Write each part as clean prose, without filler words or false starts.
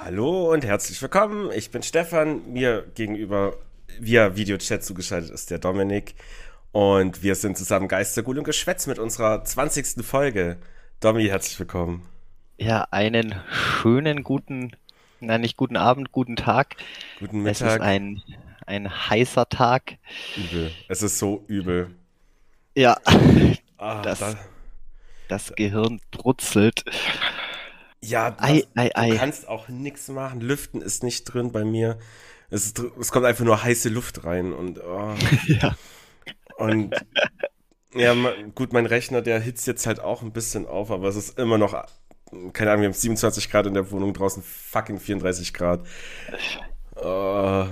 Hallo und herzlich willkommen. Ich bin Stefan. Mir gegenüber via Videochat zugeschaltet ist der Dominik. Und wir sind zusammen Geistergut und Geschwätz mit unserer 20. Folge. Domi, herzlich willkommen. Ja, einen schönen guten, nein, nicht guten Abend, guten Tag. Guten Es ist Mittag. ein heißer Tag. Übel. Es ist so übel. Ja, Ah, das, das Gehirn brutzelt. ja, Ei, ei, du ei. kannst auch nichts machen. Lüften ist nicht drin bei mir. Es kommt einfach nur heiße Luft rein Ja, und ja, gut, mein Rechner, der hitzt jetzt halt auch ein bisschen auf, aber es ist immer noch, keine Ahnung, wir haben 27 Grad in der Wohnung, draußen fucking 34 Grad. Äh,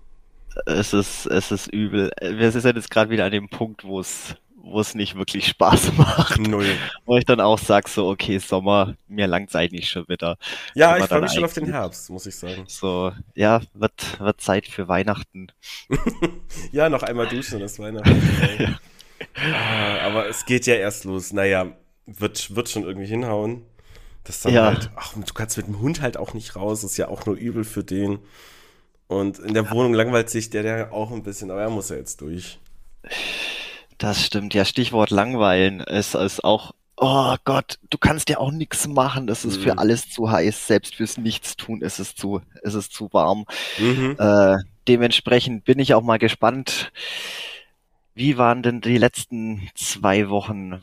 es ist übel. Wir sind jetzt gerade wieder an dem Punkt, wo es nicht wirklich Spaß macht. Null. Wo ich dann auch sag so, okay, Sommer, mir langt's eigentlich schon wieder. Ja, Können ich wir freue dann mich schon auf den eigentlich Herbst, muss ich sagen. so, ja, wird Zeit für Weihnachten. Ja, noch einmal duschen, das Weihnachten vorbei. Aber es geht ja erst los. Naja, wird schon irgendwie hinhauen. Das dann Ja, halt, ach, du kannst mit dem Hund halt auch nicht raus, ist ja auch nur übel für den. Und in der Wohnung langweilt sich der auch ein bisschen, aber er muss ja jetzt durch. das stimmt. Ja, Stichwort langweilen. Es ist auch, oh Gott, du kannst ja auch nichts machen. Es ist für Mhm. alles zu heiß. Selbst fürs Nichtstun ist es zu warm. Mhm. Äh, Dementsprechend bin ich auch mal gespannt. Wie waren denn die letzten 2 Wochen?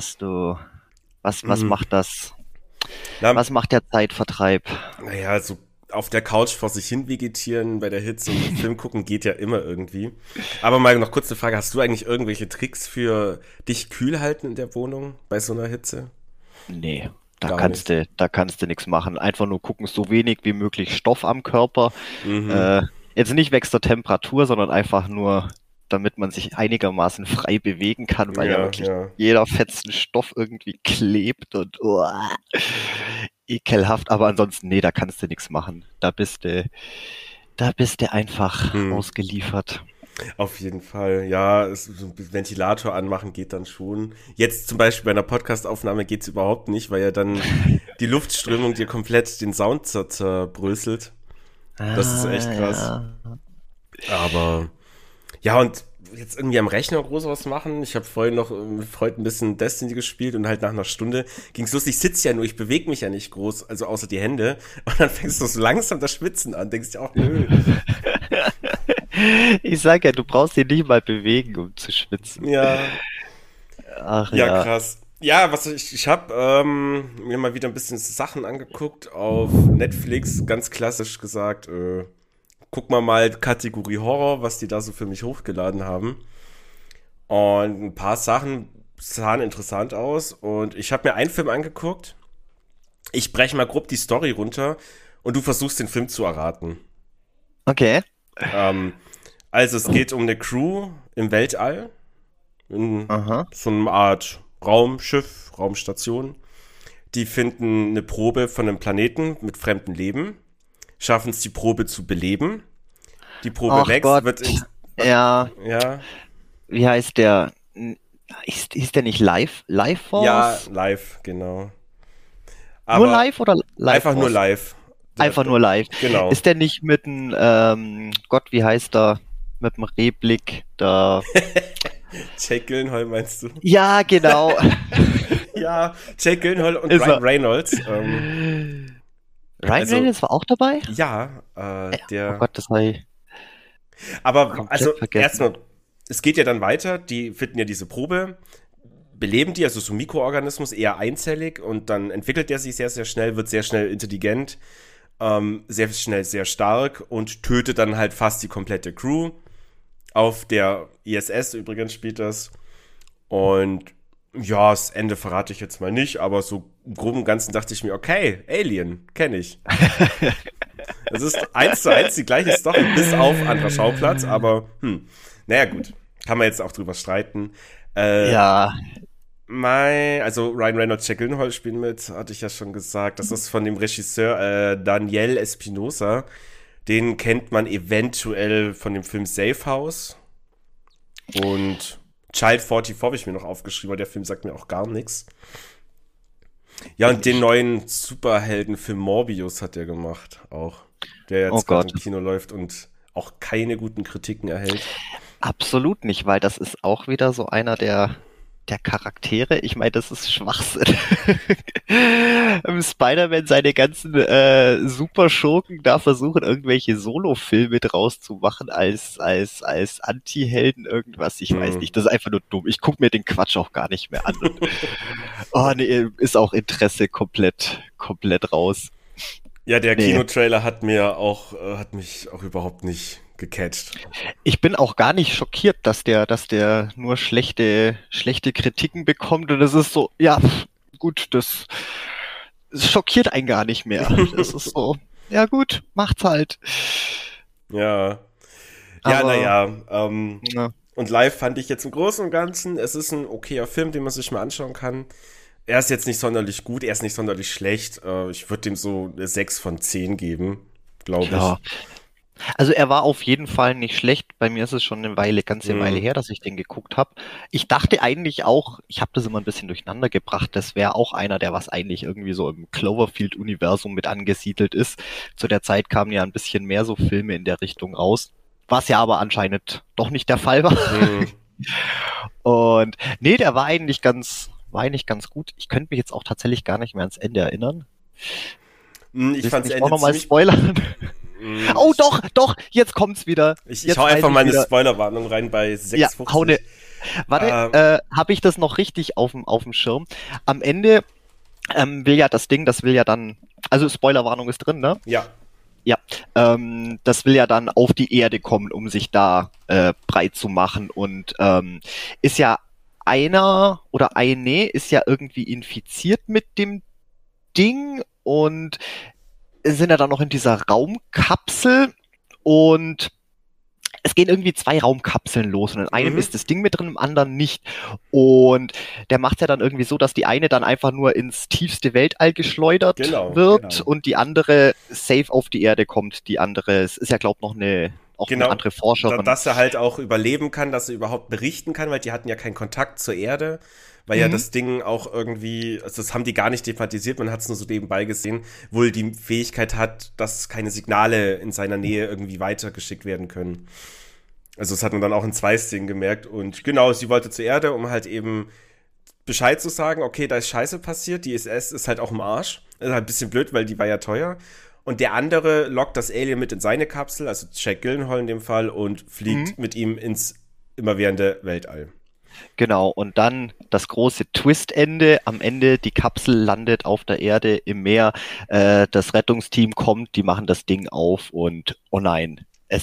Was Mhm. macht das? Na, Was macht der Zeitvertreib? naja, so auf der Couch vor sich hin vegetieren bei der Hitze und einen Film gucken geht ja immer irgendwie. Aber mal noch kurz eine Frage, hast du eigentlich irgendwelche Tricks für dich kühl halten in der Wohnung bei so einer Hitze? Nee, da Gar kannst nicht. du, da kannst du nichts machen. Einfach nur gucken, so wenig wie möglich Stoff am Körper. Mhm. Äh, Jetzt nicht wegen der Temperatur, sondern einfach nur, damit man sich einigermaßen frei bewegen kann, weil ja Ja, wirklich ja. jeder fetzen Stoff irgendwie klebt und ekelhaft. Aber ansonsten, nee, da kannst du nichts machen. Da bist du einfach Hm. ausgeliefert. Auf jeden Fall. Ja, so ein Ventilator anmachen geht dann schon. Jetzt zum Beispiel bei einer Podcastaufnahme geht's überhaupt nicht, weil ja dann die Luftströmung dir komplett den Sound zerbröselt. Das ist echt Ah, krass. ja. Aber ja, und jetzt irgendwie am Rechner groß was machen. Ich habe vorhin noch mit Freunden ein bisschen Destiny gespielt und halt nach einer Stunde ging's los. Ich sitze ja nur, ich bewege mich ja nicht groß, also außer die Hände. Und dann fängst du so langsam das Schwitzen an, denkst dir auch, nö. Ich sag ja, du brauchst dich nicht mal bewegen, um zu schwitzen. Ja, Ach ja, ja. krass. Ja, ich habe mir mal wieder ein bisschen Sachen angeguckt auf Netflix, ganz klassisch gesagt, guck mal Kategorie Horror, was die da so für mich hochgeladen haben. Und ein paar Sachen sahen interessant aus. Und ich habe mir einen Film angeguckt. Ich breche mal grob die Story runter und du versuchst den Film zu erraten. Okay. Ähm, also es geht um eine Crew im Weltall, in Aha. so einer Art Raumschiff, Raumstation. Die finden eine Probe von einem Planeten mit fremdem Leben, schaffen es, die Probe zu beleben. Die Probe Ach wächst, Gott. wird, Ja, ja, wie heißt der? Hieß der nicht Life ja, Force? live, genau. Nur Aber Life oder Life einfach nur Force? live. Einfach nur Live. Genau. Ist der nicht mit dem, Gott, wie heißt der? Mit dem Rehblick da. Jake Gyllenhaal meinst du? Ja, genau. Ja, Jake Gyllenhaal und Ist Ryan er. Reynolds. Ryan Also, Reynolds war auch dabei? ja, Oh der. Gott, das habe ich Aber, also, komplett vergessen. erstmal, es geht ja dann weiter. Die finden ja diese Probe, beleben die, also so ein Mikroorganismus, eher einzellig. Und dann entwickelt der sich sehr, sehr schnell, wird sehr schnell intelligent, sehr schnell sehr stark und tötet dann halt fast die komplette Crew. Auf der ISS übrigens spielt das. Und ja, das Ende verrate ich jetzt mal nicht, aber so im Groben und Ganzen dachte ich mir, okay, Alien, kenne ich. Es ist eins zu eins die gleiche Story, bis auf anderer Schauplatz, aber naja gut, kann man jetzt auch drüber streiten. Äh, Ja, also Ryan Reynolds, Jack Gyllenhaal spielen mit, hatte ich ja schon gesagt. Das ist von dem Regisseur Daniel Espinosa. Den kennt man eventuell von dem Film Safe House. Und Child 44 habe ich mir noch aufgeschrieben, aber der Film sagt mir auch gar nichts. Ja, und den neuen Superheldenfilm Morbius hat er gemacht, auch. Der Oh jetzt gerade Gott. im Kino läuft und auch keine guten Kritiken erhält. Absolut nicht, weil das ist auch wieder so einer der Charaktere. Ich meine, das ist Schwachsinn. Spider-Man, seine ganzen Superschurken da versuchen, irgendwelche Solo-Filme draus zu machen als Anti-Helden irgendwas. Ich weiß Hm. nicht, das ist einfach nur dumm. Ich gucke mir den Quatsch auch gar nicht mehr an. Und, oh nee, ist auch Interesse komplett raus. Ja, der Nee. Kinotrailer hat mich auch überhaupt nicht gecatcht. Ich bin auch gar nicht schockiert, dass der nur schlechte Kritiken bekommt und das ist so, ja, gut, das schockiert einen gar nicht mehr. Das ist so, ja gut, macht's halt. Ja. Ja, Aber, naja. ja, Und live fand ich jetzt im Großen und Ganzen, es ist ein okayer Film, den man sich mal anschauen kann. Er ist jetzt nicht sonderlich gut, er ist nicht sonderlich schlecht. Ich würde dem so eine 6 von 10 geben, glaube ja. ich. Also er war auf jeden Fall nicht schlecht. Bei mir ist es schon eine ganze Weile Mhm. her, dass ich den geguckt habe. Ich dachte eigentlich auch, ich habe das immer ein bisschen durcheinander gebracht, das wäre auch einer, der was eigentlich irgendwie so im Cloverfield-Universum mit angesiedelt ist. Zu der Zeit kamen ja ein bisschen mehr so Filme in der Richtung raus, was ja aber anscheinend doch nicht der Fall war. Mhm. Und nee, der war eigentlich ganz gut. Ich könnte mich jetzt auch tatsächlich gar nicht mehr ans Ende erinnern. Ich Willst du fand's nicht auch Ende nochmal ziemlich. spoilern? Oh, Ich, doch, jetzt kommt's wieder. ich Jetzt hau weiß einfach ich mal eine wieder. Spoilerwarnung rein bei Ja, hau ne. 6,50. Warte, Ähm, habe ich das noch richtig auf dem Schirm? Am Ende will ja das will ja dann, also Spoilerwarnung ist drin, ne? ja, Ja, das will ja dann auf die Erde kommen, um sich da breit zu machen und ist ja einer oder eine ist ja irgendwie infiziert mit dem Ding und sind ja dann noch in dieser Raumkapsel und es gehen irgendwie zwei Raumkapseln los und in einem mhm, ist das Ding mit drin, im anderen nicht. Und der macht ja dann irgendwie so, dass die eine dann einfach nur ins tiefste Weltall geschleudert genau, wird genau. und die andere safe auf die Erde kommt. Die andere, es ist ja, glaube ich, auch eine Genau, andere Forscherin. dass er halt auch überleben kann, dass er überhaupt berichten kann, weil die hatten ja keinen Kontakt zur Erde, weil ja Mhm. das Ding auch irgendwie, also das haben die gar nicht thematisiert, man hat es nur so nebenbei gesehen, wohl die Fähigkeit hat, dass keine Signale in seiner Nähe irgendwie weitergeschickt werden können. Also das hat man dann auch in Zweisting gemerkt und genau, sie wollte zur Erde, um halt eben Bescheid zu sagen, okay, da ist Scheiße passiert, die ISS ist halt auch im Arsch. Ist halt ein bisschen blöd, weil die war ja teuer. Und der andere lockt das Alien mit in seine Kapsel, also Jack Gyllenhaal in dem Fall, und Mhm. fliegt mit ihm ins immerwährende Weltall. Genau, und dann das große Twist-Ende. Am Ende, die Kapsel landet auf der Erde im Meer. Das Rettungsteam kommt, die machen das Ding auf und oh nein,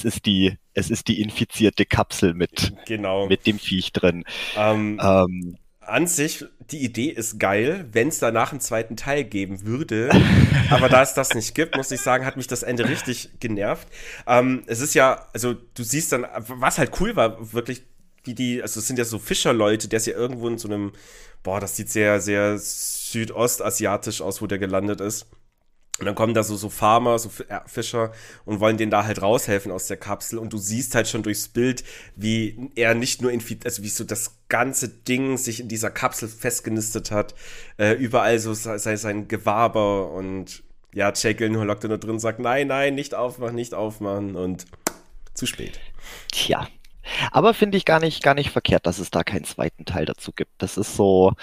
es ist die infizierte Kapsel Genau. mit dem Viech drin. Ähm, Ähm, an sich, die Idee ist geil, wenn es danach einen zweiten Teil geben würde. Aber da es das nicht gibt, muss ich sagen, hat mich das Ende richtig genervt. Es ist ja, also du siehst dann, was halt cool war, wirklich, wie die, also es sind ja so Fischerleute, der ist ja irgendwo in so einem, boah, das sieht sehr, sehr südostasiatisch aus, wo der gelandet ist. Und dann kommen da so Farmer, so Fischer und wollen denen da halt raushelfen aus der Kapsel. Und du siehst halt schon durchs Bild, wie er nicht nur also wie so das ganze Ding sich in dieser Kapsel festgenistet hat. Überall so sein Gewaber und ja, Jake Gyllenhaal lockt da nur drin und sagt, nein, nein, nicht aufmachen, nicht aufmachen und zu spät. tja. Aber finde ich gar nicht verkehrt, dass es da keinen zweiten Teil dazu gibt. Das ist so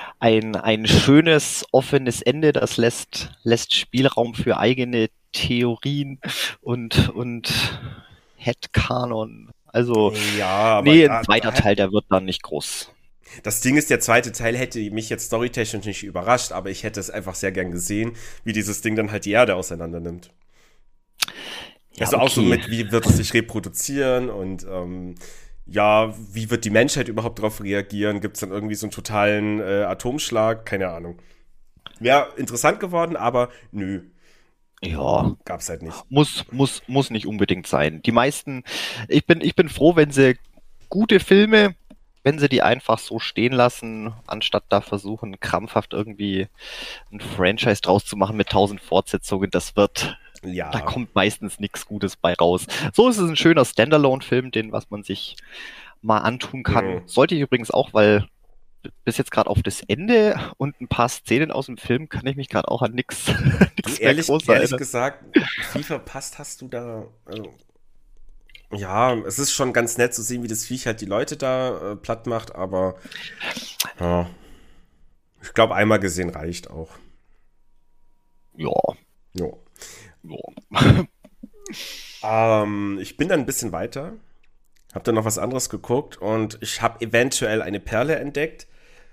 ein schönes, offenes Ende, das lässt Spielraum für eigene Theorien und Headcanon. Also, Ja, aber nee, ein zweiter Teil, der wird dann nicht groß. das Ding ist, der zweite Teil hätte mich jetzt storytechnisch nicht überrascht, aber ich hätte es einfach sehr gern gesehen, wie dieses Ding dann halt die Erde auseinander nimmt. Ja, Also auch so okay. mit, wie wird es sich reproduzieren und ja, wie wird die Menschheit überhaupt darauf reagieren? Gibt es dann irgendwie so einen totalen Atomschlag? Keine Ahnung. Wäre interessant geworden, aber nö, Ja, gab's halt nicht. muss nicht unbedingt sein. Die meisten, ich bin froh, wenn sie gute Filme, wenn sie die einfach so stehen lassen, anstatt da versuchen, krampfhaft irgendwie ein Franchise draus zu machen mit 1000 Fortsetzungen, da Ja, kommt meistens nichts Gutes bei raus. So ist es ein schöner Standalone-Film, den was man sich mal antun kann. mhm. Sollte ich übrigens auch, weil bis jetzt gerade auf das Ende und ein paar Szenen aus dem Film kann ich mich gerade auch an nichts Du, nix mehr groß ehrlich erinnern. gesagt, viel verpasst hast du da. Ja, es ist schon ganz nett zu sehen, wie das Viech halt die Leute da platt macht, aber ja, ich glaube, einmal gesehen reicht auch. Ja, Jo. ja. Ich bin dann ein bisschen weiter, habe dann noch was anderes geguckt und ich habe eventuell eine Perle entdeckt.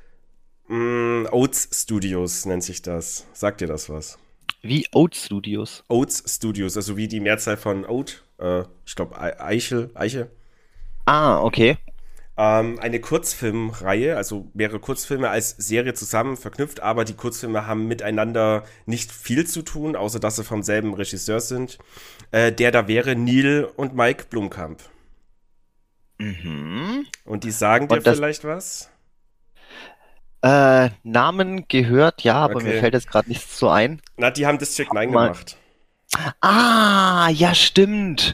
Oats Studios nennt sich das. Sagt dir das was? Wie Oat Studios. Oats Studios, also wie die Mehrzahl von Oat, ich glaube Eiche. Ah, okay. Eine Kurzfilmreihe, also mehrere Kurzfilme als Serie zusammen verknüpft, aber die Kurzfilme haben miteinander nicht viel zu tun, außer dass sie vom selben Regisseur sind. Der da wäre Neil und Mike Blomkamp. Mhm. Und die sagen dir Und das vielleicht was? Namen gehört, ja, aber mir Okay. fällt jetzt gerade nichts so ein. Na, die haben District 9 Mal. gemacht. Ah, ja, stimmt.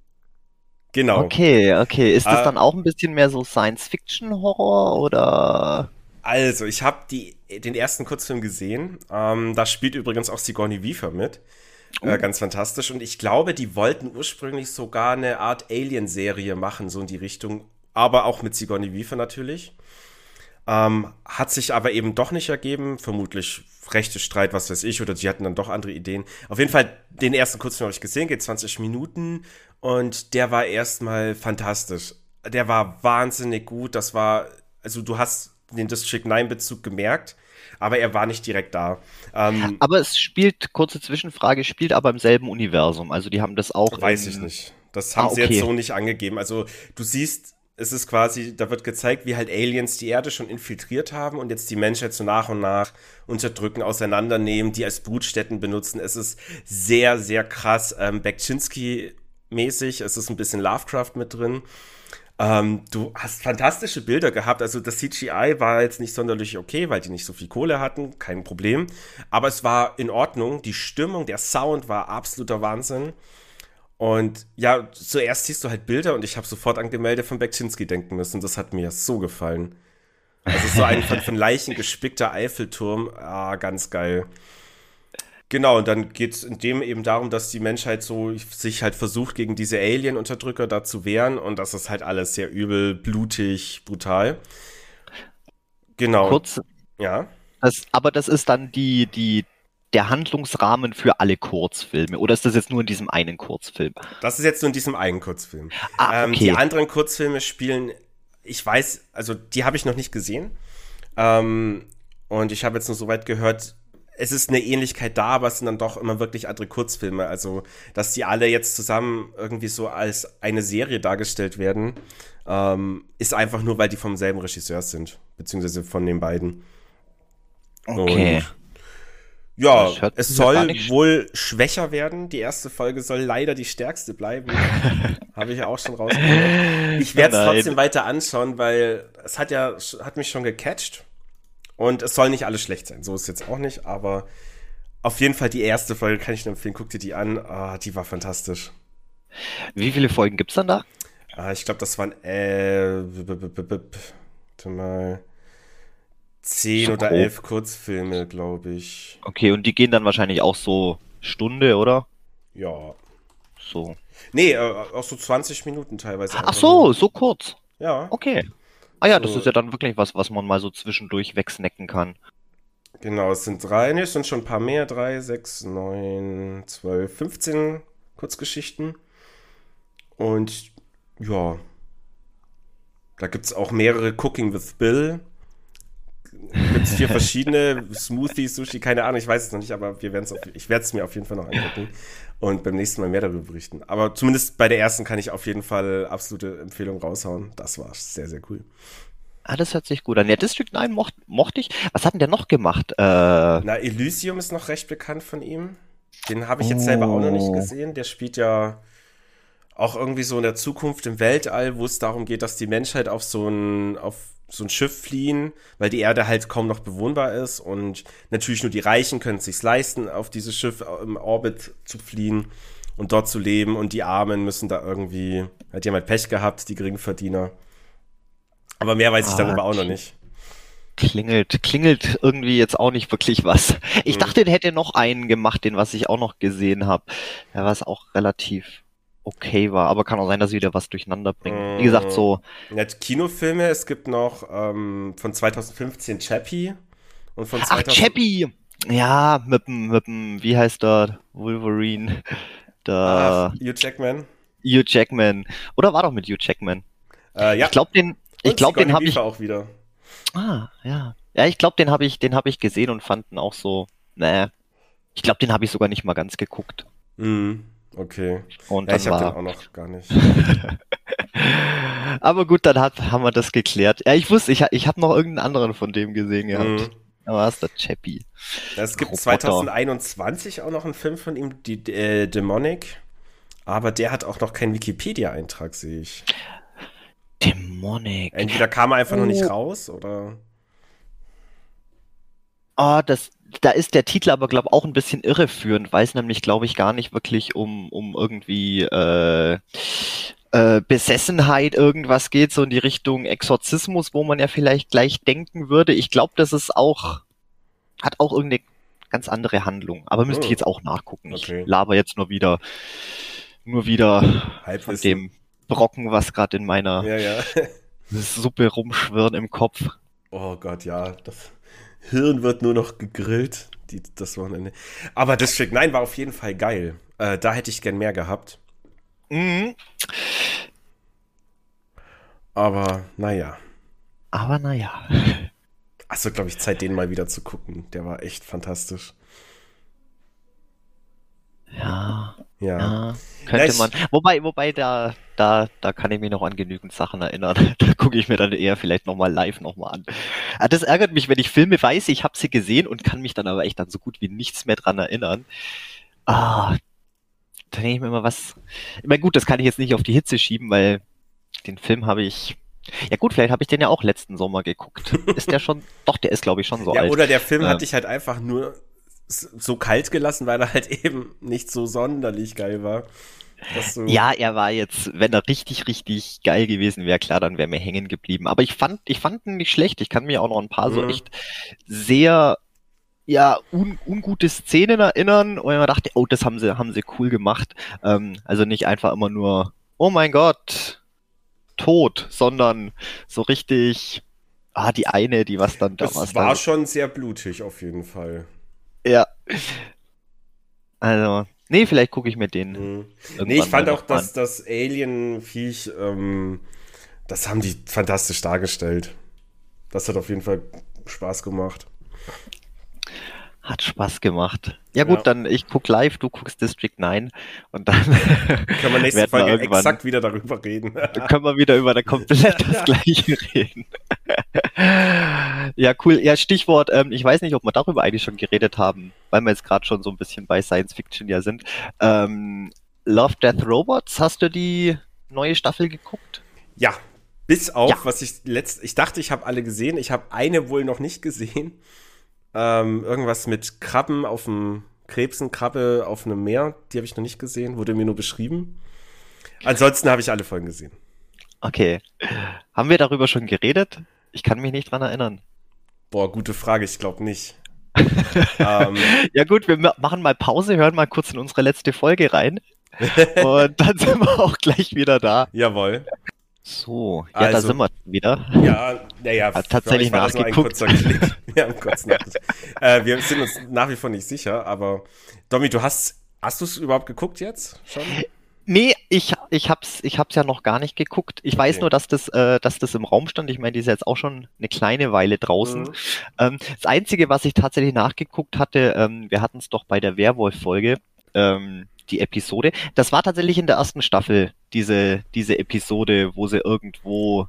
Genau. Okay, okay. Ist das Äh, dann auch ein bisschen mehr so Science-Fiction-Horror oder? also, ich habe den ersten Kurzfilm gesehen. Da spielt übrigens auch Sigourney Weaver mit. Ganz fantastisch. Und ich glaube, die wollten ursprünglich sogar eine Art Alien-Serie machen, so in die Richtung. Aber auch mit Sigourney Weaver natürlich. Hat sich aber eben doch nicht ergeben. Vermutlich rechte Streit, was weiß ich, oder sie hatten dann doch andere Ideen. Auf jeden Fall, den ersten Kurzfilm habe ich gesehen, geht 20 Minuten und der war erstmal fantastisch. Der war wahnsinnig gut. Das war, also du hast den District 9 Bezug gemerkt, aber er war nicht direkt da. Aber es spielt, kurze Zwischenfrage, spielt aber im selben Universum. Also die haben das auch Weiß ich in. nicht. Das Ah, haben sie jetzt okay. so nicht angegeben. Also du siehst, es ist quasi, da wird gezeigt, wie halt Aliens die Erde schon infiltriert haben und jetzt die Menschheit so nach und nach unterdrücken, auseinandernehmen, die als Brutstätten benutzen. Es ist sehr, sehr krass Beksinski-mäßig. Es ist ein bisschen Lovecraft mit drin. Du hast fantastische Bilder gehabt. Also das CGI war jetzt nicht sonderlich okay, weil die nicht so viel Kohle hatten. Kein Problem. Aber es war in Ordnung. Die Stimmung, der Sound war absoluter Wahnsinn. Und ja, zuerst siehst du halt Bilder und ich habe sofort an Gemälde von Beksinski denken müssen. Das hat mir so gefallen. Also so ein von Leichen gespickter Eiffelturm. Ah, ganz geil. Genau, und dann geht es in dem eben darum, dass die Menschheit so sich halt versucht, gegen diese Alien-Unterdrücker da zu wehren. Und das ist halt alles sehr übel, blutig, brutal. Genau, und Kurz, ja. aber das ist dann der Handlungsrahmen für alle Kurzfilme. Oder ist das jetzt nur in diesem einen Kurzfilm? Das ist jetzt nur in diesem einen Kurzfilm. Ah, Die okay. anderen Kurzfilme spielen, ich weiß, also die habe ich noch nicht gesehen. Ähm, und ich habe jetzt nur so weit gehört, es ist eine Ähnlichkeit da, aber es sind dann doch immer wirklich andere Kurzfilme. Also, dass die alle jetzt zusammen irgendwie so als eine Serie dargestellt werden, ist einfach nur, weil die vom selben Regisseur sind, beziehungsweise von den beiden. Okay. Und ja, Das hört es sich ja gar soll nicht. wohl schwächer werden. Die erste Folge soll leider die stärkste bleiben. Habe ich ja auch schon rausgehört. Ich Oh werde es nein. trotzdem weiter anschauen, weil es hat mich schon gecatcht. Und es soll nicht alles schlecht sein. So ist es jetzt auch nicht, aber auf jeden Fall die erste Folge kann ich nur empfehlen. Guck dir die an. Ah, die war fantastisch. Wie viele Folgen gibt's dann da? Ich glaube, das waren warte mal, 10 So oder grob. 11 Kurzfilme, glaube ich. Okay, und die gehen dann wahrscheinlich auch so Stunde, oder? Ja. So. Nee, auch so 20 Minuten teilweise Ach einfach nur. so, so kurz. Ja, Okay. Ah ja, das ist so, ja dann wirklich was, was man mal so zwischendurch wegsnacken kann. genau, es sind drei, nee, es sind schon ein paar mehr, 3, 6, 9, 12, 15 Kurzgeschichten. Und ja, da gibt es auch mehrere Cooking with Bill. Gibt es 4 verschiedene Smoothies, Sushi, keine Ahnung, ich weiß es noch nicht, aber ich werde es mir auf jeden Fall noch angucken und beim nächsten Mal mehr darüber berichten. Aber zumindest bei der ersten kann ich auf jeden Fall absolute Empfehlung raushauen. Das war sehr, sehr cool. Ah, das hört sich gut an. Ja, District 9 mochte ich. Was hat denn der noch gemacht? Na, Elysium ist noch recht bekannt von ihm. Den habe ich jetzt selber auch noch nicht Oh, gesehen. Der spielt ja auch irgendwie so in der Zukunft im Weltall, wo es darum geht, dass die Menschheit auf so ein Schiff fliehen, weil die Erde halt kaum noch bewohnbar ist und natürlich nur die Reichen können es sich leisten, auf dieses Schiff im Orbit zu fliehen und dort zu leben und die Armen müssen da irgendwie, hat jemand Pech gehabt, die Geringverdiener. Aber mehr weiß ich darüber auch noch okay. nicht. Klingelt irgendwie jetzt auch nicht wirklich was. Ich Hm. dachte, der hätte noch einen gemacht, den was ich auch noch gesehen habe. Ja, was auch relativ okay war, aber kann auch sein, dass sie wieder was durcheinander bringen. Wie gesagt, Mm, so, ja, Kinofilme, es gibt noch von 2015 Chappie und von ach, 2000. Chappie! Ja, mit dem, wie heißt der? Wolverine, Ach, der Hugh Jackman. Hugh Jackman. Oder war doch mit Hugh Jackman? Ich Ja, glaube, ich und glaube, den Sigourney habe Weaver ich, auch wieder. ja. Ja, ich glaube, den habe ich gesehen und fand ihn auch so, ne. Ich glaube, den habe ich sogar nicht mal ganz geguckt. Hm, okay. Und Ja, ich dann habe den war. auch noch gar nicht. Aber gut, dann haben wir das geklärt. Ja, ich wusste, ich habe noch irgendeinen anderen von dem gesehen Hm. gehabt. Da war es der Chappie. Es gibt Roboter. 2021 auch noch einen Film von ihm, die Demonic. Aber der hat auch noch keinen Wikipedia-Eintrag, sehe ich. Demonic. Entweder kam er einfach noch nicht Oh, raus oder. da ist der Titel aber, glaube ich, auch ein bisschen irreführend, weil es nämlich, glaube ich, gar nicht wirklich um irgendwie Besessenheit irgendwas geht, so in die Richtung Exorzismus, wo man ja vielleicht gleich denken würde. Ich glaube, das ist auch, hat auch irgendeine ganz andere Handlung. Aber müsste ich Hm, jetzt auch nachgucken. Ich okay. laber jetzt nur wieder von Halbwissen. dem Brocken, was gerade in meiner Ja, ja. Suppe rumschwirren im Kopf. Oh Gott, ja. Das Hirn wird nur noch gegrillt. Das Wochenende. Aber District 9 war auf jeden Fall geil. Da hätte ich gern mehr gehabt. Mhm. Aber naja. Aber naja. Achso, glaube ich, Zeit, den mal wieder zu gucken. Der war echt fantastisch. Ja, Ja. ja, Na, könnte man. Wobei, da kann ich mich noch an genügend Sachen erinnern. Da gucke ich mir dann eher vielleicht nochmal live nochmal an. Das ärgert mich, wenn ich Filme weiß, ich habe sie gesehen und kann mich dann aber echt an so gut wie nichts mehr dran erinnern. Ah, da denke ich mir immer was. Ich meine, gut, das kann ich jetzt nicht auf die Hitze schieben, weil den Film habe ich. Ja gut, vielleicht habe ich den ja auch letzten Sommer geguckt. Ist der schon? Doch, der ist, glaube ich, schon so Ja, alt. oder der Film hat Ähm, dich halt einfach nur so kalt gelassen, weil er halt eben nicht so sonderlich geil war. Dass du. Ja, er war jetzt, wenn er richtig, richtig geil gewesen wäre, klar, dann wäre mir hängen geblieben. Aber ich fand ihn nicht schlecht. Ich kann mir auch noch ein paar so Hm. echt sehr, ja, ungute Szenen erinnern, wo ich mir dachte, oh, das haben sie cool gemacht. Also nicht einfach immer nur, oh mein Gott, tot, sondern so richtig, die eine, die was dann Es damals war da, schon sehr blutig, auf jeden Fall. ja, also, nee, vielleicht gucke ich mir den Hm. Nee, ich irgendwann mal fand auch, noch mal an. dass das Alien-Viech, das haben die fantastisch dargestellt. Das hat auf jeden Fall Spaß gemacht. Hat Spaß gemacht. Ja Ja. gut, dann ich guck live, du guckst District 9 und dann Können wir nächste werden wir Folge irgendwann, exakt wieder darüber reden. können wir wieder über komplett das Gleiche reden. Ja, cool. Ja, Stichwort, ich weiß nicht, ob wir darüber eigentlich schon geredet haben, weil wir jetzt gerade schon so ein bisschen bei Science Fiction ja sind. Love, Death, Robots, hast du die neue Staffel geguckt? Ja, bis Ja. auf, was ich dachte, ich habe alle gesehen. Ich habe eine wohl noch nicht gesehen. Irgendwas mit Krabben auf dem Krebsenkrabbe auf einem Meer. Die habe ich noch nicht gesehen. Wurde mir nur beschrieben. Ansonsten habe ich alle Folgen gesehen. Okay. Haben wir darüber schon geredet? Ich kann mich nicht dran erinnern. Boah, gute Frage. Ich glaube nicht. Ähm, Ja gut, wir machen mal Pause, hören mal kurz in unsere letzte Folge rein und dann sind wir auch gleich wieder da. jawohl. So, ja, da Also, sind wir wieder. ja, naja, Hat für tatsächlich euch war das nur ein nachgeguckt. kurzer Klick. Wir haben kurz nachgeguckt. Wir sind uns nach wie vor nicht sicher, aber Domi, hast du es überhaupt geguckt jetzt schon? Nee, ich hab's ja noch gar nicht geguckt. Ich weiß Okay. nur, dass das im Raum stand. Ich meine, die ist jetzt auch schon eine kleine Weile draußen. Mhm. Das Einzige, was ich tatsächlich nachgeguckt hatte, wir hatten es doch bei der Werwolf-Folge, die Episode. Das war tatsächlich in der ersten Staffel, diese Episode, wo sie irgendwo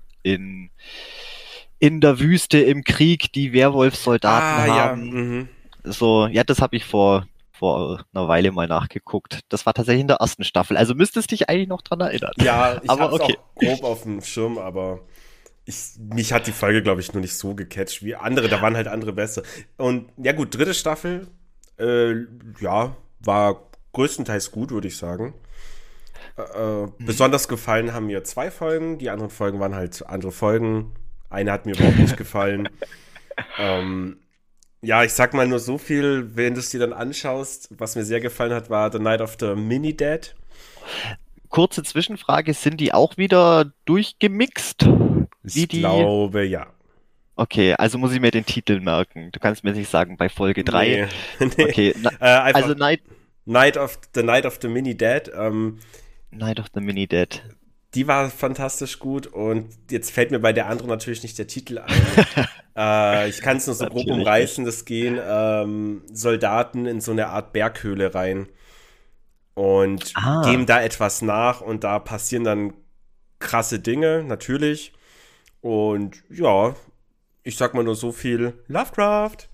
in der Wüste im Krieg die Werwolf-Soldaten Ja. haben. Mhm. So, ja, das habe ich vor einer Weile mal nachgeguckt. Das war tatsächlich in der ersten Staffel. Also müsstest dich eigentlich noch dran erinnern. Ja, ich Aber hab's okay. auch grob auf dem Schirm, aber mich hat die Folge, glaube ich, nur nicht so gecatcht wie andere. Da waren halt andere besser. Und ja gut, dritte Staffel, ja, war größtenteils gut, würde ich sagen. Besonders gefallen haben mir 2 Folgen. Die anderen Folgen waren halt andere Folgen. Eine hat mir überhaupt nicht gefallen. Ähm, ja, ich sag mal nur so viel, wenn du es dir dann anschaust, was mir sehr gefallen hat, war The Night of the Mini-Dad. Kurze Zwischenfrage, sind die auch wieder durchgemixt? Wie Ich die? glaube, ja. Okay, also muss ich mir den Titel merken. Du kannst mir nicht sagen, bei Folge 3. Nee, nee. Okay, Einfach also Night of the Mini-Dad. Night of the Mini Dead. Die war fantastisch gut und jetzt fällt mir bei der anderen natürlich nicht der Titel ein. Ich kann es nur so grob Natürlich nicht. umreißen, das gehen Soldaten in so eine Art Berghöhle rein und geben Ah, da etwas nach und da passieren dann krasse Dinge, natürlich. Und ja, ich sag mal nur so viel Lovecraft.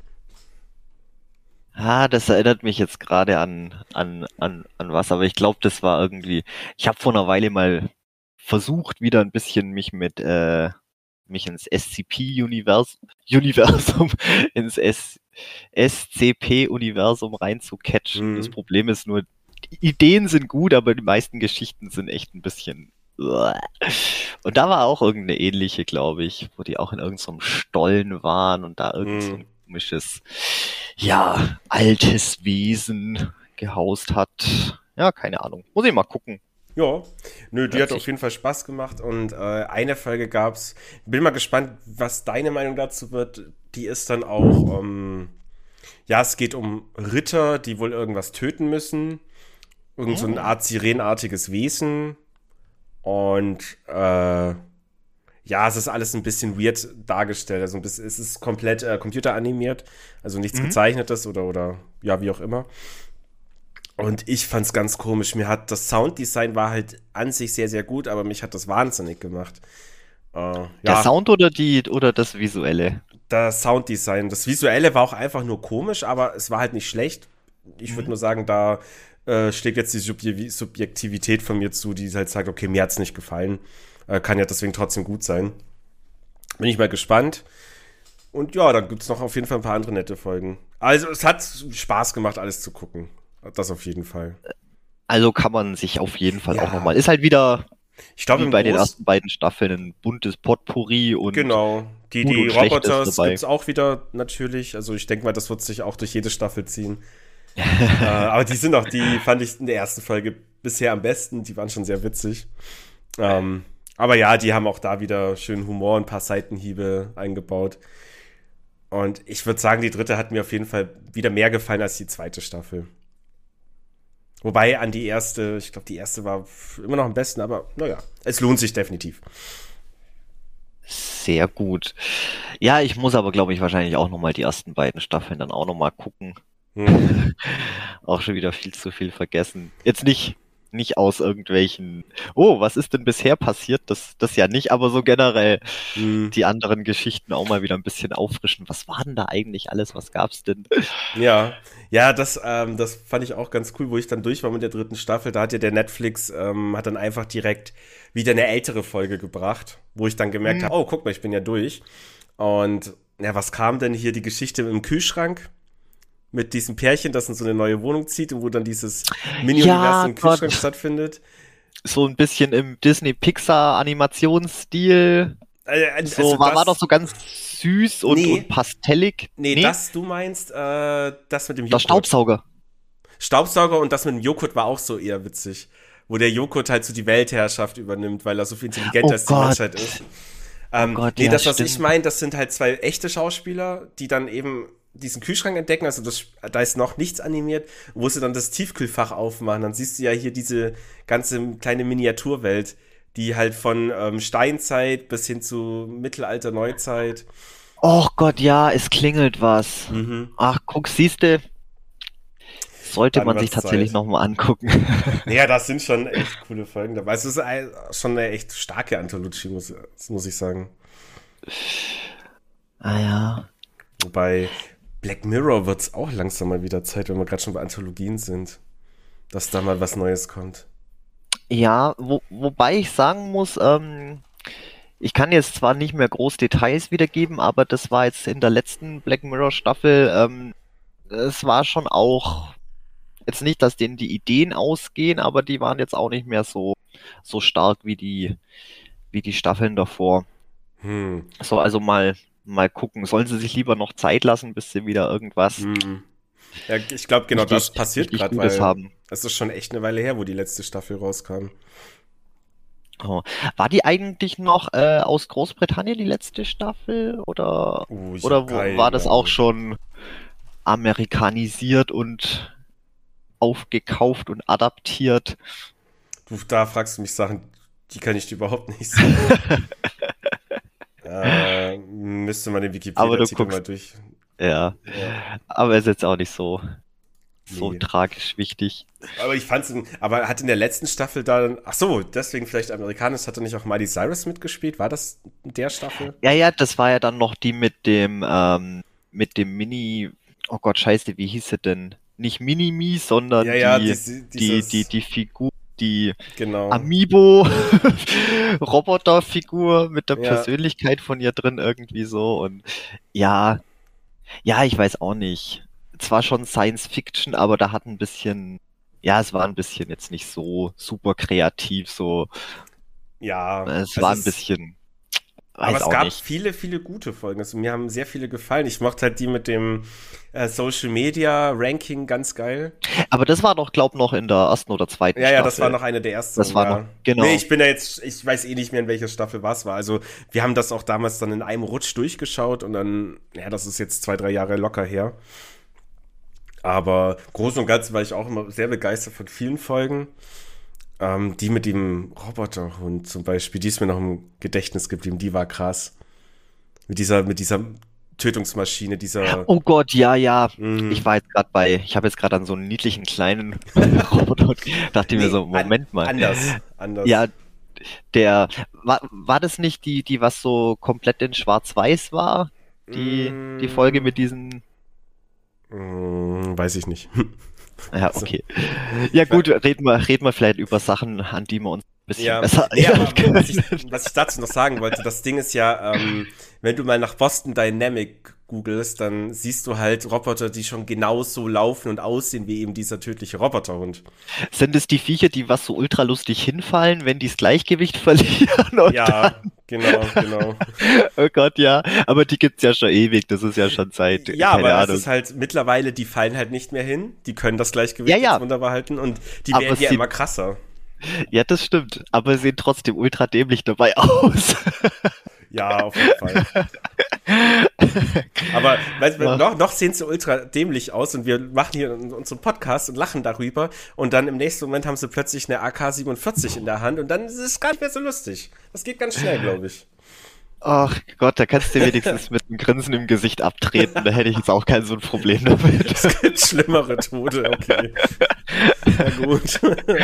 das erinnert mich jetzt gerade an was, aber ich glaube, das war irgendwie. Ich habe vor einer Weile mal versucht, wieder ein bisschen mich ins Universum, ins SCP-Universum reinzucatchen. Das Hm, Problem ist nur, die Ideen sind gut, aber die meisten Geschichten sind echt ein bisschen. Und da war auch irgendeine ähnliche, glaube ich, wo die auch in irgendeinem Stollen waren und da irgend so hm. ein komisches, ja, altes Wesen gehaust hat. Ja, keine Ahnung. Muss ich mal gucken. Ja, nö, die Hört hat auf sich. jeden Fall Spaß gemacht und eine Folge gab's. Bin mal gespannt, was deine Meinung dazu wird. Die ist dann auch, ja, es geht um Ritter, die wohl irgendwas töten müssen. Irgend so eine Hm. Art sirenartiges Wesen. Und ja, es ist alles ein bisschen weird dargestellt. Also es ist komplett computeranimiert, also nichts Mhm. gezeichnetes oder ja, wie auch immer. Und ich fand's ganz komisch. Mir hat das Sounddesign war halt an sich sehr, sehr gut, aber mich hat das wahnsinnig gemacht. Der Ja, Sound oder das Visuelle? das Sounddesign. Das Visuelle war auch einfach nur komisch, aber es war halt nicht schlecht. Ich würde Mhm. nur sagen, da schlägt jetzt die Subjektivität von mir zu, die halt sagt, okay, mir hat's nicht gefallen. Kann ja deswegen trotzdem gut sein. Bin ich mal gespannt. Und ja, dann gibt's noch auf jeden Fall ein paar andere nette Folgen. Also es hat Spaß gemacht, alles zu gucken. Das auf jeden Fall. Also kann man sich auf jeden Fall auch Ja, nochmal. Ist halt wieder ich glaube wie im bei den Großen. ersten beiden Staffeln ein buntes Potpourri und Genau. gut Die und schlecht ist Roboters dabei. gibt's auch wieder natürlich. Also ich denke mal, das wird sich auch durch jede Staffel ziehen. Aber die sind auch, die fand ich in der ersten Folge bisher am besten. Die waren schon sehr witzig. Aber ja, die haben auch da wieder schön Humor und ein paar Seitenhiebe eingebaut. Und ich würde sagen, die dritte hat mir auf jeden Fall wieder mehr gefallen als die zweite Staffel. Wobei an die erste, ich glaube, die erste war immer noch am besten, aber naja, es lohnt sich definitiv. Sehr gut. Ja, ich muss aber, glaube ich, wahrscheinlich auch nochmal die ersten beiden Staffeln dann auch nochmal gucken. Hm, Auch schon wieder viel zu viel vergessen. Jetzt nicht aus irgendwelchen, oh, was ist denn bisher passiert? Das ja nicht, aber so generell hm. die anderen Geschichten auch mal wieder ein bisschen auffrischen. Was war denn da eigentlich alles? Was gab's denn? Ja, ja, das fand ich auch ganz cool, wo ich dann durch war mit der dritten Staffel. Da hat ja der Netflix, hat dann einfach direkt wieder eine ältere Folge gebracht, wo ich dann gemerkt Hm. habe, oh, guck mal, ich bin ja durch. Und ja, was kam denn hier die Geschichte im Kühlschrank mit diesem Pärchen, das in so eine neue Wohnung zieht und wo dann dieses Ja, Mini-Universum im Kühlschrank Gott. stattfindet? So ein bisschen im Disney-Pixar-Animationsstil. So, Also war doch das, so ganz süß und nee, pastellig. nee, Nee, das du meinst, das mit dem der Joghurt. Staubsauger. Staubsauger und das mit dem Joghurt war auch so eher witzig. Wo der Joghurt halt so die Weltherrschaft übernimmt, weil er so viel intelligenter Oh als die Gott. Menschheit ist. Oh Gott, Nee, ja, das, was ich stimmt. meine, das sind halt zwei echte Schauspieler, die dann eben diesen Kühlschrank entdecken, also da ist noch nichts animiert, wo sie dann das Tiefkühlfach aufmachen, dann siehst du ja hier diese ganze kleine Miniaturwelt, die halt von Steinzeit bis hin zu Mittelalter, Neuzeit. Oh Gott, ja, es klingelt was. Mhm. Ach, guck, siehste, sollte Dann man sich wird's tatsächlich Zeit. nochmal angucken. Naja, das sind schon echt coole Folgen dabei. Es ist schon eine echt starke Anthologie, muss ich sagen. Ah ja. Wobei Black Mirror wird es auch langsam mal wieder Zeit, wenn wir gerade schon bei Anthologien sind, dass da mal was Neues kommt. Ja, wobei ich sagen muss, ich kann jetzt zwar nicht mehr groß Details wiedergeben, aber das war jetzt in der letzten Black Mirror Staffel, es war schon auch, jetzt nicht, dass denen die Ideen ausgehen, aber die waren jetzt auch nicht mehr so stark wie die Staffeln davor. Hm. So, also mal. mal gucken. Sollen sie sich lieber noch Zeit lassen, bis sie wieder irgendwas Mhm. Ja, ich glaube, genau das passiert richtig gerade, Gutes weil haben? es ist schon echt eine Weile her, wo die letzte Staffel rauskam. Oh. War die eigentlich noch aus Großbritannien die letzte Staffel Ich habe war keine das auch Ahnung. schon amerikanisiert und aufgekauft und adaptiert? Da fragst du mich Sachen, die kann ich dir überhaupt nicht sagen. Müsste man den Aber du Wikipedia-Artikel mal guckst, durch. ja. Ja, Aber ist jetzt auch nicht so nee. tragisch wichtig. Aber ich fand's, aber hat in der letzten Staffel dann, ach so, deswegen vielleicht amerikanisch, hat er nicht auch Miley Cyrus mitgespielt? War das in der Staffel? Ja, ja, das war ja dann noch die mit dem Mini, oh Gott, scheiße, wie hieß sie denn? Nicht Mini-Me, Ja, sondern ja, die Figur, die genau. Amiibo-Roboterfigur mit der Ja, Persönlichkeit von ihr drin irgendwie so und ja, ja, ich weiß auch nicht. Zwar schon Science Fiction, aber da hat ein bisschen, ja, es war ein bisschen jetzt nicht so super kreativ, so, ja, es also war ein bisschen, aber weiß es auch gab nicht. viele, viele gute Folgen. Also mir haben sehr viele gefallen. Ich mochte halt die mit dem Social Media Ranking ganz geil. Aber das war doch, glaub noch in der ersten oder zweiten Ja, ja, das war Staffel. noch eine der Das ersten, war noch, ja. Nee, genau. ich bin da jetzt, ich weiß eh nicht mehr, in welcher Staffel was war. Also, wir haben das auch damals dann in einem Rutsch durchgeschaut und dann, ja, das ist jetzt 2, 3 Jahre locker her. Aber im Großen und Ganzen war ich auch immer sehr begeistert von vielen Folgen. Die mit dem Roboterhund zum Beispiel, die ist mir noch im Gedächtnis geblieben, die war krass. Mit dieser Tötungsmaschine, dieser, Oh Gott, ja, ja. mh, Ich habe jetzt gerade an so einen niedlichen kleinen Roboter und dachte mir nee, so, Moment mal. anders. Ja, war das nicht die was so komplett in Schwarz-Weiß war? Die Folge Mm, mit diesen, weiß ich nicht. ja, Also, okay. Ja ich weiß, gut, reden wir vielleicht über Sachen, an die wir uns ein bisschen ja, besser nee, erinnern aber können. was ich dazu noch sagen wollte, das Ding ist ja, wenn du mal nach Boston Dynamic googelst, dann siehst du halt Roboter, die schon genauso laufen und aussehen wie eben dieser tödliche Roboterhund. Sind es die Viecher, die was so ultra lustig hinfallen, wenn die das Gleichgewicht verlieren und dann, Ja, genau, genau. oh Gott, ja, aber die gibt's ja schon ewig, das ist ja schon seit, Ja, keine aber es Ahnung. ist halt mittlerweile, die fallen halt nicht mehr hin. Die können das Ja, Gleichgewicht jetzt ja, wunderbar halten und die aber werden ja sie, immer krasser. ja, das stimmt, aber sie sehen trotzdem ultra dämlich dabei aus. Ja, auf jeden Fall. Aber weißt, du, Ach, noch sehen sie ultra dämlich aus und wir machen hier unseren Podcast und lachen darüber und dann im nächsten Moment haben sie plötzlich eine AK-47 in der Hand und dann ist es gar nicht mehr so lustig. Das geht ganz schnell, glaube ich. ach Gott, da kannst du wenigstens mit einem Grinsen im Gesicht abtreten, da hätte ich jetzt auch kein so ein Problem damit. Es gibt schlimmere Tode, okay. Na gut.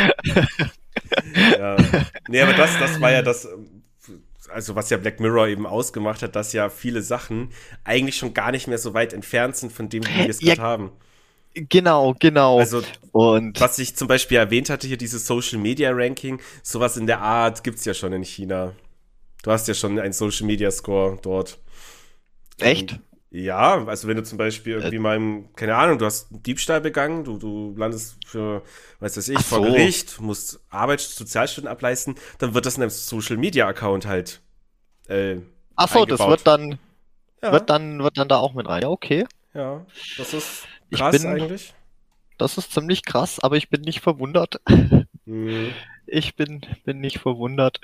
Ja. Nee, aber das war ja das, also was ja Black Mirror eben ausgemacht hat, dass ja viele Sachen eigentlich schon gar nicht mehr so weit entfernt sind von dem, wie wir es Ja, gerade haben. genau, genau. Also, Und was ich zum Beispiel erwähnt hatte, hier dieses Social Media Ranking, sowas in der Art gibt's ja schon in China. Du hast ja schon einen Social Media Score dort. Und echt? ja, also wenn du zum Beispiel Äh, irgendwie mal, keine Ahnung, du hast einen Diebstahl begangen, du landest für, weiß ich, Ach vor so. Gericht, musst Sozialstunden ableisten, dann wird das in deinem Social Media Account halt äh, Ach so, das eingebaut. Ja, wird dann da auch mit rein. Ja, okay. ja, das ist Ich krass bin, eigentlich. das ist ziemlich krass, aber ich bin nicht verwundert. Mhm. Bin nicht verwundert.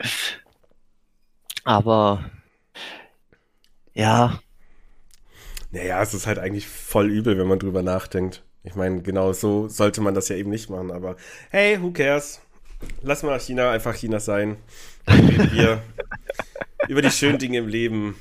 Aber ja, Naja, es ist halt eigentlich voll übel, wenn man drüber nachdenkt. Ich meine, genau so sollte man das ja eben nicht machen, aber hey, who cares? Lass mal China einfach China sein. Dann reden wir über die schönen Dinge im Leben.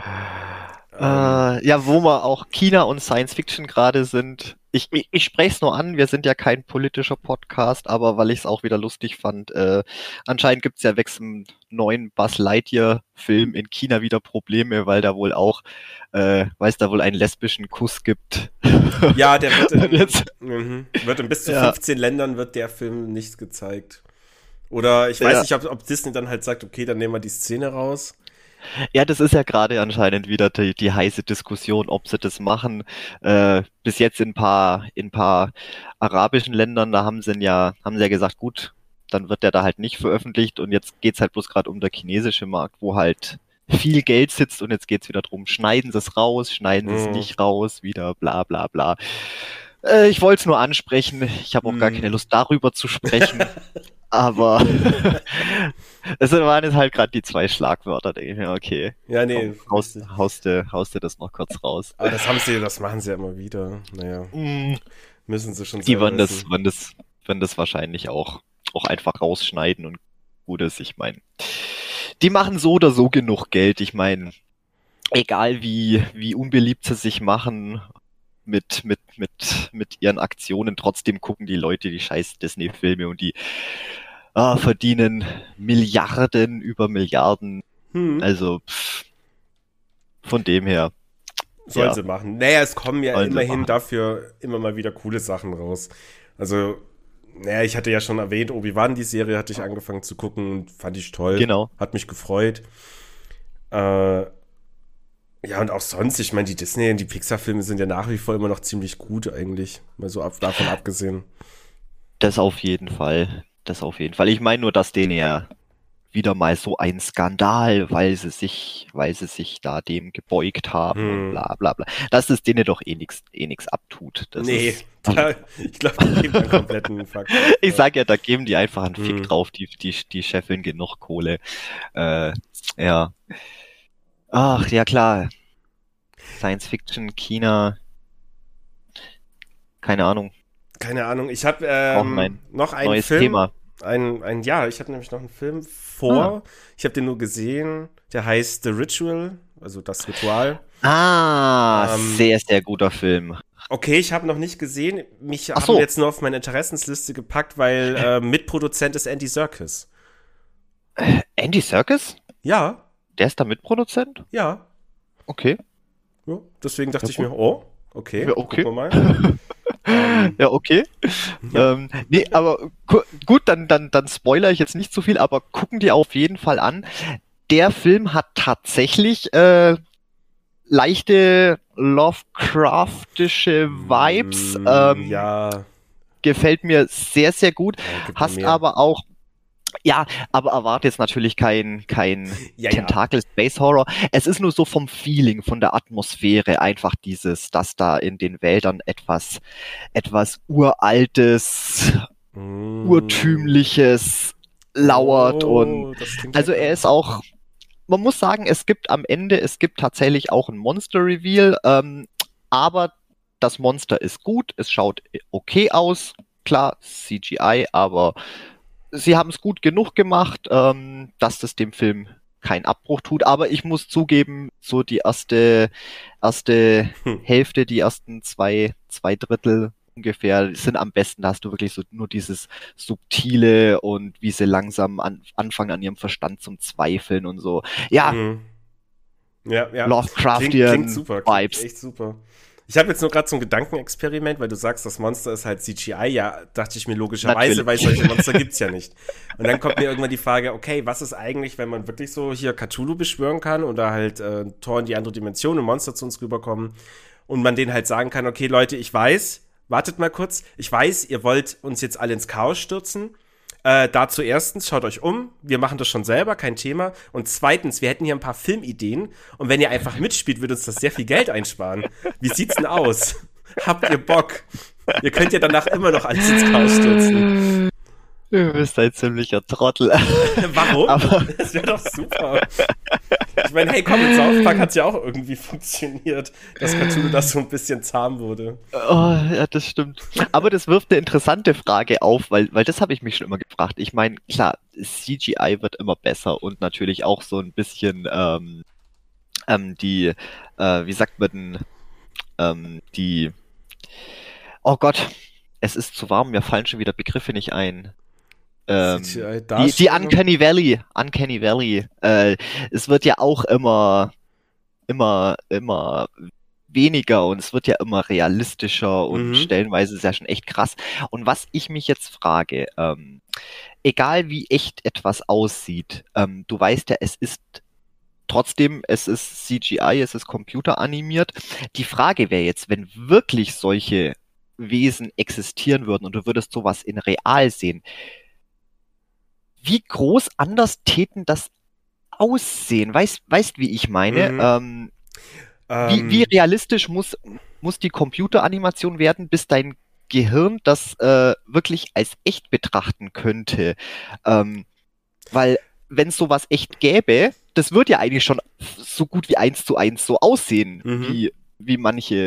ja, wo wir auch China und Science Fiction gerade sind. Ich spreche es nur an, wir sind ja kein politischer Podcast, aber weil ich es auch wieder lustig fand, anscheinend gibt es ja wächst im neuen Buzz Lightyear-Film in China wieder Probleme, weil es da wohl einen lesbischen Kuss gibt. Ja, der wird Und jetzt, wird in bis zu ja, 15 Ländern wird der Film nicht gezeigt. Oder ich weiß ja. nicht, ob Disney dann halt sagt, okay, dann nehmen wir die Szene raus. Ja, das ist ja gerade anscheinend wieder die heiße Diskussion, ob sie das machen. Bis jetzt in paar arabischen Ländern, da haben sie ja gesagt, gut, dann wird der da halt nicht veröffentlicht und jetzt geht's halt bloß gerade um der chinesische Markt, wo halt viel Geld sitzt und jetzt geht's wieder drum, schneiden sie es raus, schneiden sie es Mhm. nicht raus, wieder bla bla bla. Ich wollte es nur ansprechen, ich habe auch gar keine Lust darüber zu sprechen, aber es waren jetzt halt gerade die 2 Schlagwörter, denke ich mir, okay, Ja, nee. komm, haust du das noch kurz raus. Aber das machen sie ja immer wieder. Naja, müssen sie schon Die selber werden wissen. das wahrscheinlich auch einfach rausschneiden und gut ist, ich meine, die machen so oder so genug Geld, ich meine, egal wie unbeliebt sie sich machen mit ihren Aktionen, trotzdem gucken die Leute die scheiß Disney-Filme und die verdienen Milliarden über Milliarden. Also von dem her. Sollen sie machen. Naja, es kommen ja Sollen sie immerhin machen. dafür immer mal wieder coole Sachen raus. Also, naja, ich hatte ja schon erwähnt, Obi-Wan, die Serie hatte ich angefangen zu gucken und fand ich toll. Genau. Hat mich gefreut. Ja, und auch sonst, ich meine, die Disney- und die Pixar-Filme sind ja nach wie vor immer noch ziemlich gut eigentlich. Mal so davon abgesehen. Das auf jeden Fall. Das auf jeden Fall. Ich meine nur, dass denen ja wieder mal so ein Skandal, weil sie sich da dem gebeugt haben und bla bla bla. Dass es denen doch eh nix abtut. Das Nee, ist, ich glaube, die geben einen kompletten Fakt. ich sag ja, da geben die einfach einen Fick drauf, die scheffeln genug Kohle. Ja. Ach, ja klar. Science Fiction, China. Keine Ahnung. Keine Ahnung. Ich habe noch einen Neues Film. Thema. Ja, ich habe nämlich noch einen Film vor. Ich habe den nur gesehen. Der heißt The Ritual, also das Ritual. Sehr, sehr guter Film. Okay, ich habe noch nicht gesehen. Mich Ach haben so. jetzt nur auf meine Interessensliste gepackt, weil Mitproduzent ist Andy Serkis. Andy Serkis? Ja, Der ist da Mitproduzent? ja. Okay. Ja, deswegen dachte Ja, ich mir, oh, okay, Ja, okay. gucken wir mal. Ja, okay. Ja. Nee, aber gut, dann spoilere ich jetzt nicht so viel, aber gucken die auf jeden Fall an. Der Film hat tatsächlich leichte Lovecraftische Vibes. Ja. Gefällt mir sehr, sehr gut. Gibt Hast mehr. aber auch, ja, aber erwarte jetzt natürlich kein Ja. Tentakel Space Horror. Es ist nur so vom Feeling, von der Atmosphäre einfach dass da in den Wäldern etwas Uraltes, Urtümliches lauert und das klingt also er ist auch, man muss sagen, es gibt tatsächlich auch ein Monster-Reveal, aber das Monster ist gut, es schaut okay aus, klar, CGI, aber sie haben es gut genug gemacht, dass das dem Film keinen Abbruch tut, aber ich muss zugeben, so die erste Hälfte, die ersten zwei Drittel ungefähr sind am besten, da hast du wirklich so nur dieses Subtile und wie sie langsam anfangen an ihrem Verstand zum Zweifeln und so. Ja, Ja. Lovecraftian Klingt super, Vibes. echt super. Ich habe jetzt nur gerade so ein Gedankenexperiment, weil du sagst, das Monster ist halt CGI. Ja, dachte ich mir logischerweise, Natürlich. weil solche Monster gibt's ja nicht. Und dann kommt mir irgendwann die Frage, okay, was ist eigentlich, wenn man wirklich so hier Cthulhu beschwören kann oder halt Tor in die andere Dimension und Monster zu uns rüberkommen und man denen halt sagen kann, okay, Leute, ich weiß, wartet mal kurz, ich weiß, ihr wollt uns jetzt alle ins Chaos stürzen. Dazu erstens, schaut euch um, wir machen das schon selber, kein Thema. Und zweitens, wir hätten hier ein paar Filmideen und wenn ihr einfach mitspielt, wird uns das sehr viel Geld einsparen. Wie sieht's denn aus? Habt ihr Bock? Ihr könnt ja danach immer noch alles ins Chaos stürzen. Du bist ein ziemlicher Trottel. Warum? Aber Das wäre doch super. Ich meine, hey, komm, in South Park hat's ja auch irgendwie funktioniert, dass Cthulhu das so ein bisschen zahm wurde. Oh, ja, das stimmt. Aber das wirft eine interessante Frage auf, weil das habe ich mich schon immer gefragt. Ich meine, klar, CGI wird immer besser und natürlich auch so ein bisschen wie sagt man denn, oh Gott, es ist zu warm, mir fallen schon wieder Begriffe nicht ein. CGI Die Uncanny Valley. Es wird ja auch immer weniger und es wird ja immer realistischer und stellenweise ist ja schon echt krass. Und was ich mich jetzt frage, egal wie echt etwas aussieht, du weißt ja, es ist CGI, es ist computeranimiert. Die Frage wäre jetzt, wenn wirklich solche Wesen existieren würden und du würdest sowas in real sehen, wie groß anders täten das aussehen? Weißt, wie ich meine? Mhm. Wie Ähm, realistisch muss die Computeranimation werden, bis dein Gehirn das wirklich als echt betrachten könnte? Weil wenn es sowas echt gäbe, das würde ja eigentlich schon so gut wie 1:1 so aussehen, mhm. wie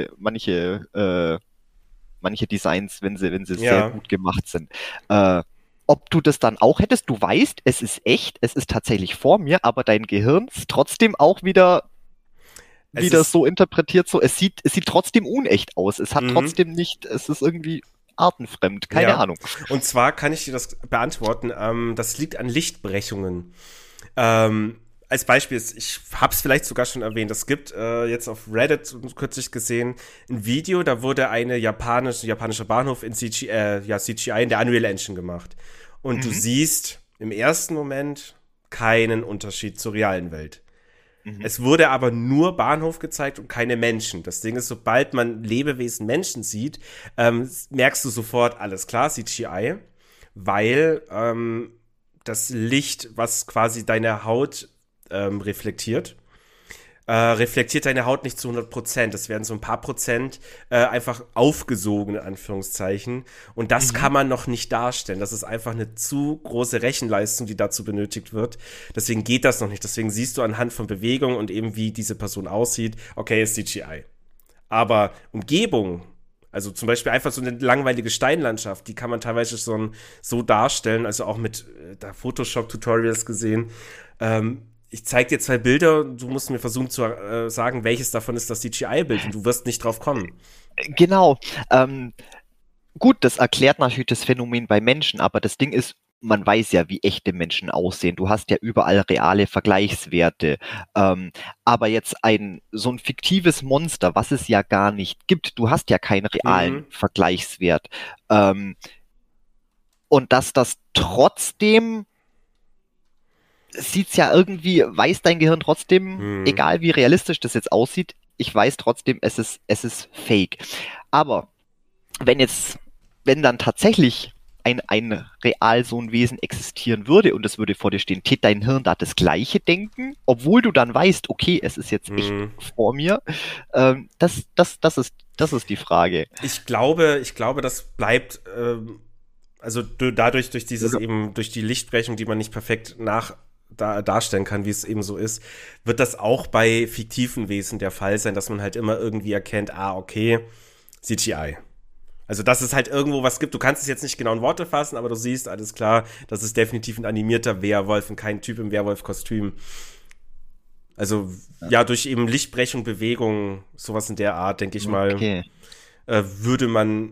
manche Designs, wenn sie sehr Ja. gut gemacht sind. Ob du das dann auch hättest, du weißt, es ist echt, es ist tatsächlich vor mir, aber dein Gehirn ist trotzdem auch Es wieder ist, so interpretiert, so es sieht trotzdem unecht aus. Es hat mhm. trotzdem nicht, es ist irgendwie artenfremd, keine Ja. Ahnung. Und zwar kann ich dir das beantworten. Das liegt an Lichtbrechungen. Als Beispiel, ich habe es vielleicht sogar schon erwähnt, es gibt jetzt auf Reddit kürzlich gesehen ein Video, da wurde ein japanischer Bahnhof in CGI in der Unreal Engine gemacht. Und du Mhm, siehst im ersten Moment keinen Unterschied zur realen Welt. mhm, Es wurde aber nur Bahnhof gezeigt und keine Menschen. Das Ding ist, sobald man Lebewesen Menschen sieht, merkst du sofort, alles klar, CGI, weil das Licht, was quasi deine Haut reflektiert deine Haut nicht zu 100%. Es werden so ein paar Prozent einfach aufgesogen, in Anführungszeichen. Und das mhm. kann man noch nicht darstellen. Das ist einfach eine zu große Rechenleistung, die dazu benötigt wird. Deswegen geht das noch nicht. Deswegen siehst du anhand von Bewegung und eben wie diese Person aussieht, okay, ist CGI. Aber Umgebung, also zum Beispiel einfach so eine langweilige Steinlandschaft, die kann man teilweise so darstellen, also auch mit da Photoshop-Tutorials gesehen. Ich zeig dir 2 Bilder, du musst mir versuchen zu sagen, welches davon ist das CGI-Bild und du wirst nicht drauf kommen. Genau. Ähm, Gut, das erklärt natürlich das Phänomen bei Menschen, aber das Ding ist, man weiß ja, wie echte Menschen aussehen. Du hast ja überall reale Vergleichswerte. Aber jetzt so ein fiktives Monster, was es ja gar nicht gibt, du hast ja keinen realen Mhm. Vergleichswert. Ähm, und dass das trotzdem sieht's ja irgendwie, weiß dein Gehirn trotzdem, Mhm. egal wie realistisch das jetzt aussieht, ich weiß trotzdem, es ist fake. Aber wenn jetzt, wenn dann tatsächlich ein real so ein Wesen existieren würde und es würde vor dir stehen, tät dein Hirn da das Gleiche denken, obwohl du dann weißt, okay, es ist jetzt echt Mhm. vor mir. Das ist die Frage. Ich glaube, das bleibt, also dadurch, durch dieses Oder- eben, durch die Lichtbrechung, die man nicht perfekt darstellen kann, wie es eben so ist, wird das auch bei fiktiven Wesen der Fall sein, dass man halt immer irgendwie erkennt, okay, CGI. Also, dass es halt irgendwo was gibt. Du kannst es jetzt nicht genau in Worte fassen, aber du siehst, alles klar, das ist definitiv ein animierter Werwolf und kein Typ im Werwolf-Kostüm. Also, ja, durch eben Lichtbrechung, Bewegung, sowas in der Art, denke ich mal, Okay. würde man.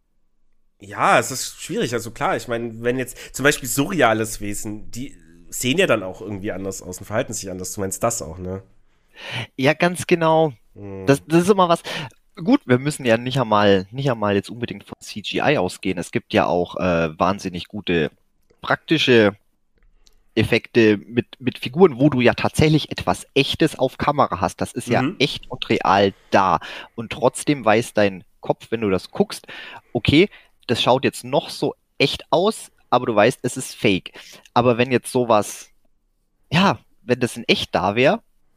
Ja, es ist schwierig. Also klar, ich meine, wenn jetzt zum Beispiel surreales Wesen, die sehen ja dann auch irgendwie anders aus und verhalten sich anders. Du meinst das auch, ne? Ja, ganz genau. Hm. Das ist immer was. Gut, wir müssen ja nicht einmal jetzt unbedingt von CGI ausgehen. Es gibt ja auch wahnsinnig gute praktische Effekte mit Figuren, wo du ja tatsächlich etwas Echtes auf Kamera hast. Das ist ja Mhm. echt und real da. Und trotzdem weiß dein Kopf, wenn du das guckst, okay, das schaut jetzt noch so echt aus, aber du weißt, es ist fake. Aber wenn jetzt sowas, ja, wenn das in echt da wäre,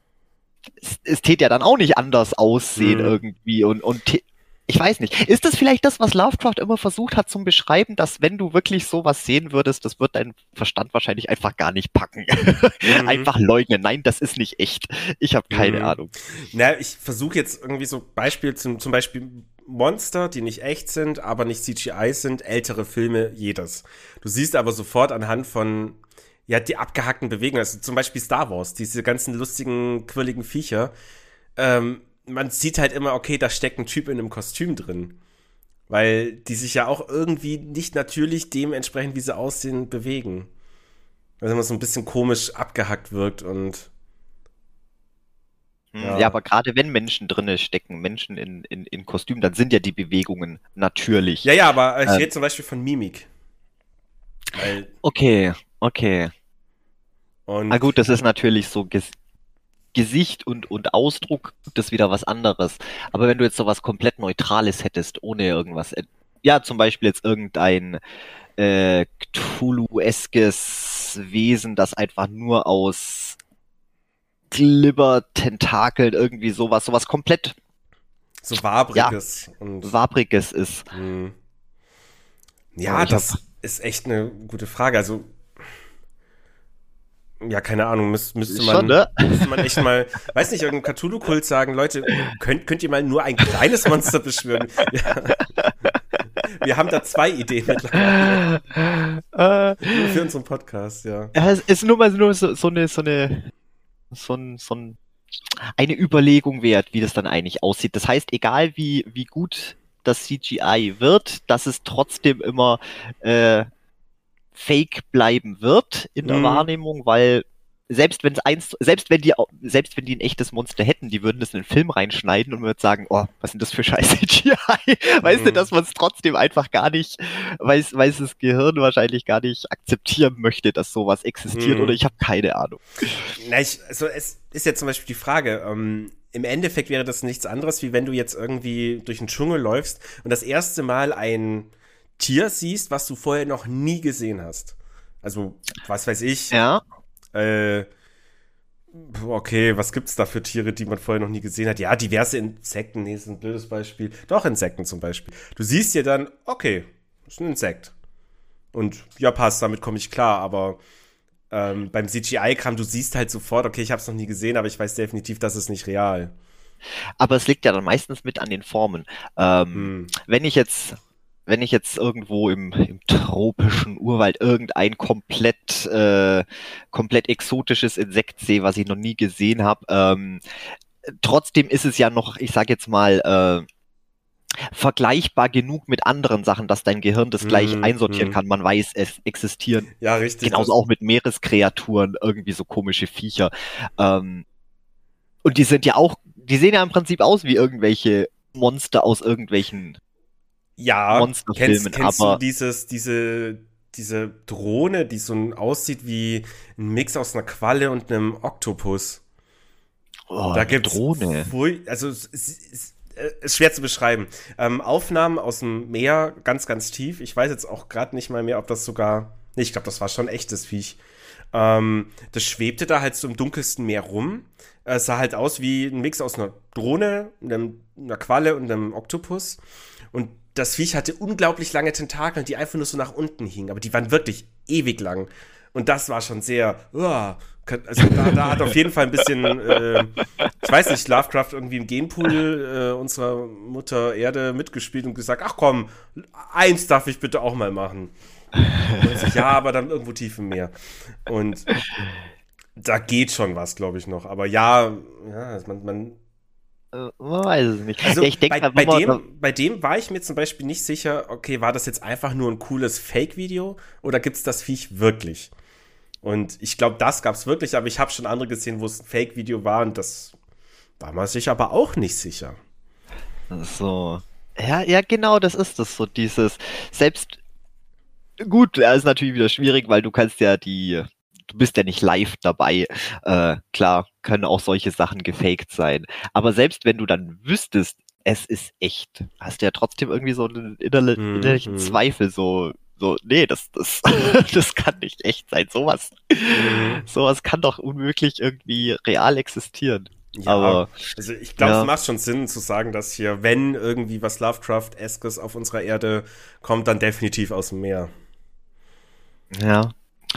es täte ja dann auch nicht anders aussehen Mhm. irgendwie und ich weiß nicht. Ist das vielleicht das, was Lovecraft immer versucht hat zum Beschreiben, dass wenn du wirklich sowas sehen würdest, das wird dein Verstand wahrscheinlich einfach gar nicht packen. Mhm. Einfach leugnen. Nein, das ist nicht echt. Ich habe keine Mhm. Ahnung. Na, ich versuche jetzt irgendwie so Beispiel zum Beispiel Monster, die nicht echt sind, aber nicht CGI sind, ältere Filme, jedes. Du siehst aber sofort anhand von, ja, die abgehackten Bewegungen, also zum Beispiel Star Wars, diese ganzen lustigen, quirligen Viecher, man sieht halt immer, okay, da steckt ein Typ in einem Kostüm drin. Weil die sich ja auch irgendwie nicht natürlich dementsprechend, wie sie aussehen, bewegen. Also immer so ein bisschen komisch abgehackt wirkt und Ja, ja. aber gerade wenn Menschen drinne stecken, Menschen in Kostüm, dann sind ja die Bewegungen natürlich. Ja, ja, aber ich Ähm, rede zum Beispiel von Mimik. Weil, okay, okay. Ah und gut, das ist natürlich so Gesicht und Ausdruck, das ist wieder was anderes. Aber wenn du jetzt sowas komplett Neutrales hättest, ohne irgendwas, ja, zum Beispiel jetzt irgendein Cthulhu-eskes Wesen, das einfach nur aus Glibber-Tentakeln, irgendwie sowas komplett, So ja, wabriges und Wabriges ist. ja, Ich habe das ist echt eine gute Frage. Also, ja, keine Ahnung, schon, ne? müsste man echt mal, weiß nicht, irgendein Cthulhu-Kult sagen, Leute, könnt ihr mal nur ein kleines Monster beschwören? Wir haben da 2 Ideen mittlerweile. Nur für unseren Podcast, ja. Es ist nur eine Überlegung wert, wie das dann eigentlich aussieht. Das heißt, egal wie gut das CGI wird, dass es trotzdem immer fake bleiben wird in der Mhm. Wahrnehmung, weil selbst wenn die ein echtes Monster hätten, die würden das in den Film reinschneiden und würden sagen, oh, was sind das für scheiß CGI? Weißt du, Mhm. dass man es trotzdem einfach gar nicht, weil es das Gehirn wahrscheinlich gar nicht akzeptieren möchte, dass sowas existiert, oder Mhm. ich habe keine Ahnung. Na, also es ist jetzt zum Beispiel die Frage, im Endeffekt wäre das nichts anderes, wie wenn du jetzt irgendwie durch den Dschungel läufst und das erste Mal ein Tier siehst, was du vorher noch nie gesehen hast. Also, was weiß ich, Ja, äh, okay, was gibt's da für Tiere, die man vorher noch nie gesehen hat? Ja, diverse Insekten, nee, ist ein blödes Beispiel. Doch, Insekten zum Beispiel. Du siehst dir dann, okay, das ist ein Insekt. Und ja, passt, damit komme ich klar, aber beim CGI-Kram, du siehst halt sofort, okay, ich habe es noch nie gesehen, aber ich weiß definitiv, das ist nicht real. aber es liegt ja dann meistens mit an den Formen. Ähm, Hm. wenn ich jetzt, wenn ich jetzt irgendwo im tropischen Urwald irgendein komplett exotisches Insekt sehe, was ich noch nie gesehen habe, trotzdem ist es ja noch, ich sage jetzt mal, vergleichbar genug mit anderen Sachen, dass dein Gehirn das gleich Hm, einsortieren hm. kann. Man weiß, es existieren Ja, richtig. genauso Das, auch mit Meereskreaturen irgendwie so komische Viecher. Ähm, und die sehen ja im Prinzip aus wie irgendwelche Monster aus irgendwelchen ja, Monsterfilmen, kennst du aber diese Drohne, die aussieht wie ein Mix aus einer Qualle und einem Oktopus? oh, Da eine gibt's, Drohne. also ist schwer zu beschreiben. Aufnahmen aus dem Meer, ganz, ganz tief. Ich weiß jetzt auch gerade nicht mal mehr, ob das sogar, nee, ich glaube, das war schon echtes Viech. Das schwebte da halt so im dunkelsten Meer rum. Es sah halt aus wie ein Mix aus einer Drohne, einer Qualle und einem Oktopus. Und das Viech hatte unglaublich lange Tentakeln, die einfach nur so nach unten hingen. Aber die waren wirklich ewig lang. Und das war schon sehr, also da hat auf jeden Fall ein bisschen, ich weiß nicht, Lovecraft irgendwie im Genpool unserer Mutter Erde mitgespielt und gesagt, ach komm, eins darf ich bitte auch mal machen. Und so, ja, aber dann irgendwo tief im Meer. Und da geht schon was, glaube ich, noch. Aber ja, Man weiß es nicht. also Ja, ich denke mal, wenn man, bei dem war ich mir zum Beispiel nicht sicher, okay, war das jetzt einfach nur ein cooles Fake-Video oder gibt es das Viech wirklich? Und ich glaube, das gab es wirklich, aber ich habe schon andere gesehen, wo es ein Fake-Video war und das war man sich aber auch nicht sicher. so, ja, genau, das ist es, so dieses, selbst, gut, ist natürlich wieder schwierig, weil du bist ja nicht live dabei. Klar, können auch solche Sachen gefaked sein. Aber selbst wenn du dann wüsstest, es ist echt, hast du ja trotzdem irgendwie so einen Hm, innerlichen hm, Zweifel, nee, das kann nicht echt sein. hm. Sowas kann doch unmöglich irgendwie real existieren. Ja, Aber, also ich glaube, es ja, macht schon Sinn zu sagen, dass hier, wenn irgendwie was Lovecraft-eskes auf unserer Erde kommt, dann definitiv aus dem Meer. ja.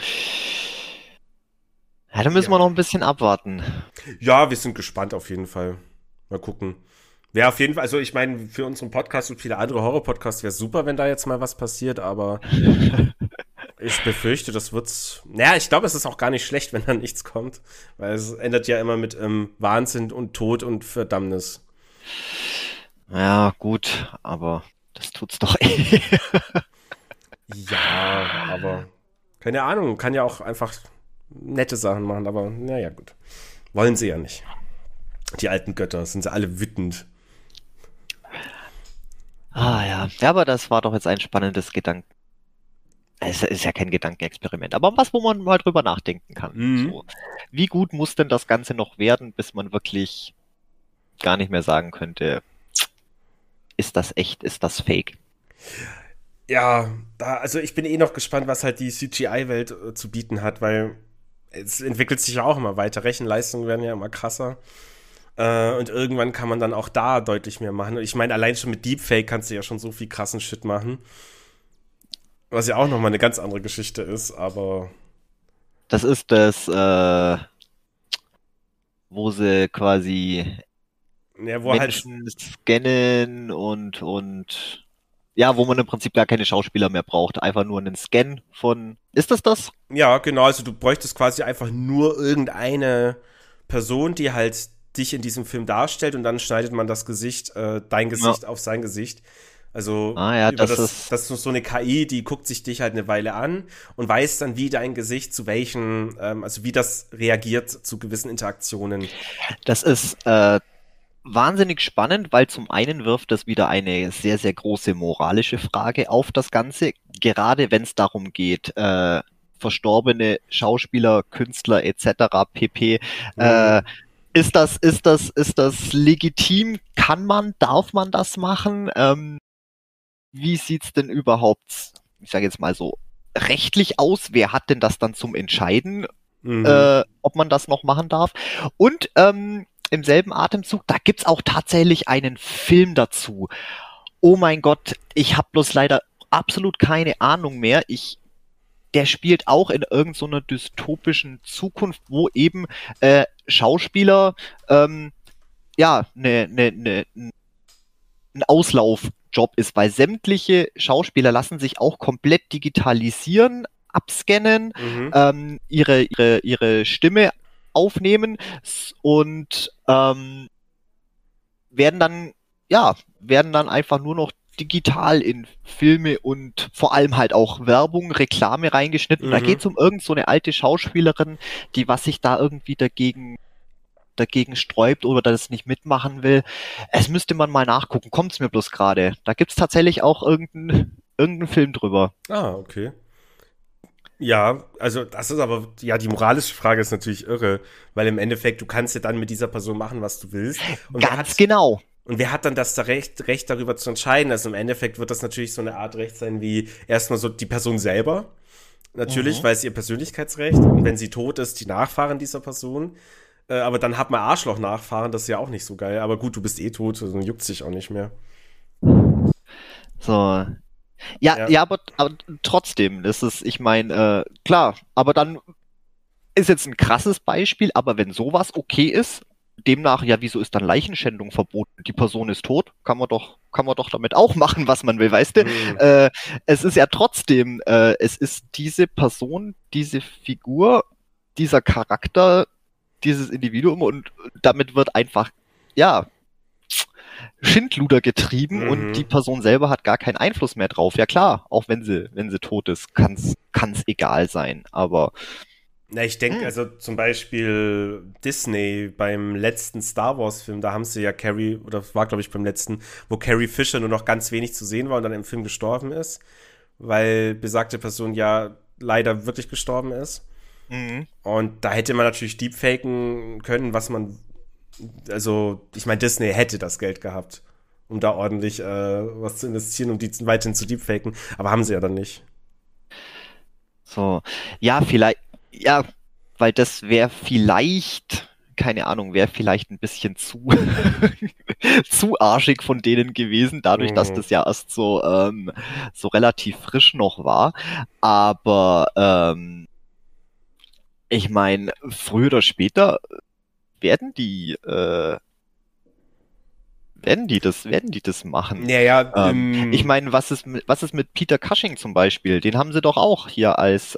Ja, da müssen wir Ja. noch ein bisschen abwarten. Ja, wir sind gespannt auf jeden Fall. Mal gucken. Wäre auf jeden Fall, also ich meine, für unseren Podcast und viele andere Horror-Podcasts wäre super, wenn da jetzt mal was passiert, aber ich befürchte, das wird's. Naja, ich glaube, es ist auch gar nicht schlecht, wenn da nichts kommt, weil es endet ja immer mit Wahnsinn und Tod und Verdammnis. Ja, gut, aber das tut's doch eh. Ja, aber keine Ahnung, kann ja auch einfach nette Sachen machen, aber naja, gut. Wollen sie ja nicht. Die alten Götter sind sie alle wütend. Ah ja. Ja, aber das war doch jetzt ein spannendes Gedanken. Es ist ja kein Gedankenexperiment, aber was, wo man mal drüber nachdenken kann. Mhm. So, wie gut muss denn das Ganze noch werden, bis man wirklich gar nicht mehr sagen könnte, ist das echt, ist das fake? Ja, also ich bin eh noch gespannt, was halt die CGI-Welt zu bieten hat, weil es entwickelt sich ja auch immer weiter. Rechenleistungen werden ja immer krasser. Und irgendwann kann man dann auch da deutlich mehr machen. Und ich meine, allein schon mit Deepfake kannst du ja schon so viel krassen Shit machen. Was ja auch nochmal eine ganz andere Geschichte ist, aber. Das ist das, wo sie quasi Ja, wo halt. Menschen scannen und ja, wo man im Prinzip gar keine Schauspieler mehr braucht. Einfach nur einen Scan von. Ist das das? Ja, genau. Also, du bräuchtest quasi einfach nur irgendeine Person, die halt dich in diesem Film darstellt und dann schneidet man das Gesicht, dein Gesicht auf sein Gesicht. Also Ah ja, über das ist. das ist so eine KI, die guckt sich dich halt eine Weile an und weiß dann, wie dein Gesicht zu welchen, also wie das reagiert zu gewissen Interaktionen. Das ist wahnsinnig spannend, weil zum einen wirft das wieder eine sehr, sehr große moralische Frage auf das Ganze, gerade wenn es darum geht, verstorbene Schauspieler, Künstler etc. pp. Ist das legitim? Darf man das machen? Wie sieht's denn überhaupt, ich sage jetzt mal so, rechtlich aus? Wer hat denn das dann zum Entscheiden, ob man das noch machen darf? Und im selben Atemzug, da gibt's auch tatsächlich einen Film dazu. Oh mein Gott, ich habe bloß leider absolut keine Ahnung mehr. Der spielt auch in irgendeiner so einer dystopischen Zukunft, wo eben Schauspieler ja ein Auslaufjob ist, weil sämtliche Schauspieler lassen sich auch komplett digitalisieren, abscannen, ihre Stimme aufnehmen und werden dann einfach nur noch digital in Filme und vor allem halt auch Werbung, Reklame reingeschnitten. Da geht es um irgend so eine alte Schauspielerin, die was sich da irgendwie dagegen sträubt oder das nicht mitmachen will. Es müsste man mal nachgucken. Kommt's mir bloß gerade. Da gibt's tatsächlich auch irgendeinen Film drüber. Ah, okay. Ja, also das ist aber, ja, die moralische Frage ist natürlich irre, weil im Endeffekt, du kannst ja dann mit dieser Person machen, was du willst. Und Ganz genau. Und wer hat dann das Recht darüber zu entscheiden? Also im Endeffekt wird das natürlich so eine Art Recht sein wie erstmal so die Person selber. Natürlich, weil es ihr Persönlichkeitsrecht. Und wenn sie tot ist, die Nachfahren dieser Person. Aber dann hat man Arschloch-Nachfahren, das ist ja auch nicht so geil. Aber gut, du bist eh tot, also juckt sich auch nicht mehr. So. Ja, aber trotzdem, das ist, ich meine, klar, aber dann ist jetzt ein krasses Beispiel, aber wenn sowas okay ist, demnach, ja, wieso ist dann Leichenschändung verboten? Die Person ist tot, kann man doch damit auch machen, was man will, weißt du? Es ist ja trotzdem, es ist diese Person, diese Figur, dieser Charakter, dieses Individuum und damit wird einfach, ja, Schindluder getrieben und die Person selber hat gar keinen Einfluss mehr drauf. Ja klar, auch wenn sie tot ist, kann's egal sein, aber Na, ich denke, also zum Beispiel Disney beim letzten Star Wars-Film, da haben sie ja Carrie, oder war glaube ich beim letzten, wo Carrie Fisher nur noch ganz wenig zu sehen war und dann im Film gestorben ist, weil besagte Person ja leider wirklich gestorben ist. Und da hätte man natürlich deepfaken können, also ich meine, Disney hätte das Geld gehabt, um da ordentlich was zu investieren, um die weiterhin zu deepfaken, aber haben sie ja dann nicht. so, ja, vielleicht, ja, weil das wäre vielleicht, keine Ahnung, wäre vielleicht ein bisschen zu, zu arschig von denen gewesen, dadurch, dass das ja erst so relativ frisch noch war. Aber ich meine, früher oder später werden die das machen. Naja, Ich meine, was ist mit Peter Cushing zum Beispiel? Den haben sie doch auch hier als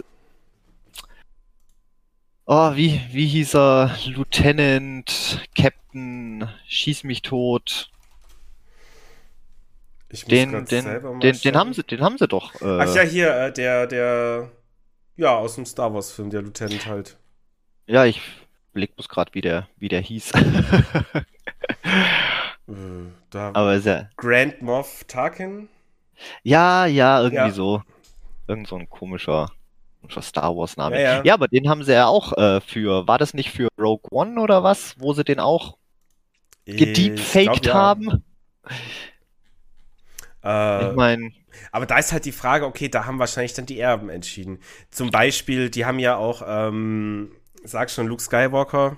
wie hieß er? Lieutenant, Captain, schieß mich tot. ich muss grad selber mal schauen. Den haben sie doch. Ach ja, hier, der, ja, aus dem Star Wars-Film, der Lieutenant halt. Ja, ich blick bloß gerade, wie der hieß. Da Aber ist ja, Grand Moff Tarkin? ja, irgendwie Ja. so. Irgend so ein komischer Star Wars Name. Ja, ja. Ja, aber den haben sie ja auch war das nicht für Rogue One oder was, wo sie den auch Ich gedeepfaked glaub, ja. haben? Ich Äh, meine, aber da ist halt die Frage, okay, da haben wahrscheinlich dann die Erben entschieden. Zum Beispiel, die haben ja auch, sag schon, Luke Skywalker,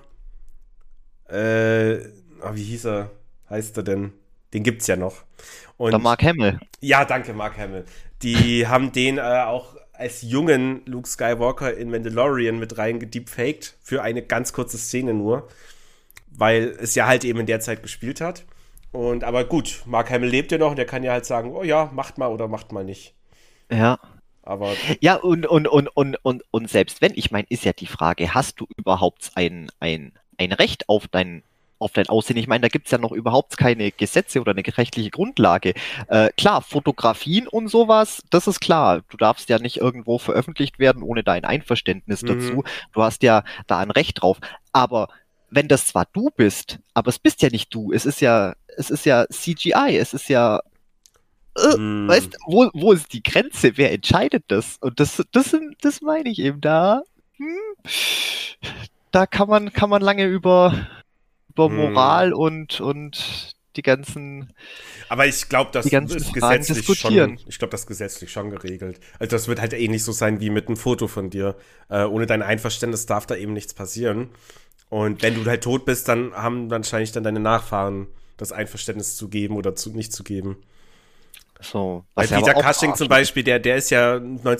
wie hieß er? Heißt er denn? Den gibt's ja noch. der Und Mark Hamill. ja, danke, Mark Hamill. Die haben den auch als jungen Luke Skywalker in Mandalorian mit rein gedeepfaked für eine ganz kurze Szene nur, weil es ja halt eben in der Zeit gespielt hat. Und aber gut, Mark Hamill lebt ja noch und der kann ja halt sagen, oh ja, macht mal oder macht mal nicht. Ja. Aber Ja, und selbst wenn, ich meine, ist ja die Frage, hast du überhaupt ein Recht auf dein Aussehen? Ich meine, da gibt's ja noch überhaupt keine Gesetze oder eine rechtliche Grundlage. Klar, Fotografien und sowas, das ist klar. Du darfst ja nicht irgendwo veröffentlicht werden ohne dein Einverständnis dazu. Du hast ja da ein Recht drauf. Aber wenn das zwar du bist, aber es bist ja nicht du, es ist ja CGI, es ist ja mh, weißt, wo ist die Grenze? Wer entscheidet das? Und das meine ich eben da. Hm, da kann man lange über mh. Moral und Aber ich glaube, die das ganzen ist Fragen gesetzlich schon, diskutieren. ich glaube, das ist gesetzlich schon geregelt. Also das wird halt ähnlich so sein wie mit einem Foto von dir. Ohne dein Einverständnis darf da eben nichts passieren. Und wenn du halt tot bist, dann haben wahrscheinlich dann deine Nachfahren das Einverständnis zu geben oder nicht zu geben. So, Weil was ja Peter aber auch Cushing zum Arschloch ist. Beispiel, der ist ja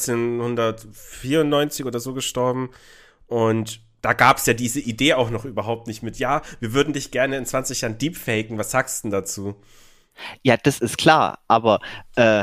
1994 oder so gestorben. Und da gab es ja diese Idee auch noch überhaupt nicht mit, ja, wir würden dich gerne in 20 Jahren deepfaken. Was sagst du denn dazu? Ja, das ist klar, aber äh,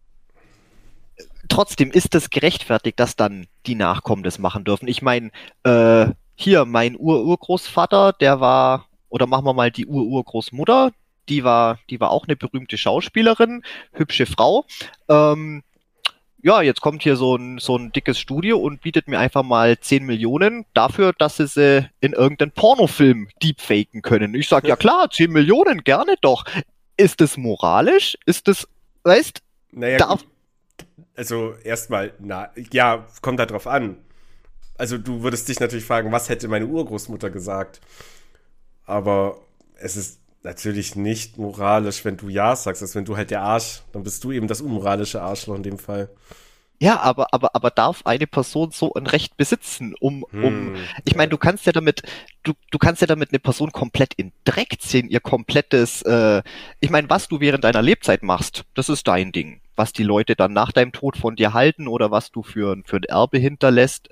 trotzdem ist es gerechtfertigt, dass dann die Nachkommen das machen dürfen. Ich meine, hier, mein Urgroßvater, der war, oder machen wir mal die Urgroßmutter, die war auch eine berühmte Schauspielerin, hübsche Frau. Ähm, ja, jetzt kommt hier so ein dickes Studio und bietet mir einfach mal 10 Millionen dafür, dass sie in irgendeinen Pornofilm deepfaken können. Ich sag, ja klar, 10 Millionen, gerne doch. Ist es moralisch? Ist es, weißt, Naja, darf, gut. Also erstmal, ja, kommt da drauf an. Also du würdest dich natürlich fragen, was hätte meine Urgroßmutter gesagt? Aber es ist natürlich nicht moralisch, wenn du ja sagst, als wenn du halt der Arsch, dann bist du eben das unmoralische Arschloch in dem Fall. ja, aber darf eine Person so ein Recht besitzen, ich meine, Ja. du kannst ja damit eine Person komplett in Dreck ziehen, ihr komplettes, ich meine, was du während deiner Lebzeit machst, das ist dein Ding. Was die Leute dann nach deinem Tod von dir halten oder was du für ein Erbe hinterlässt,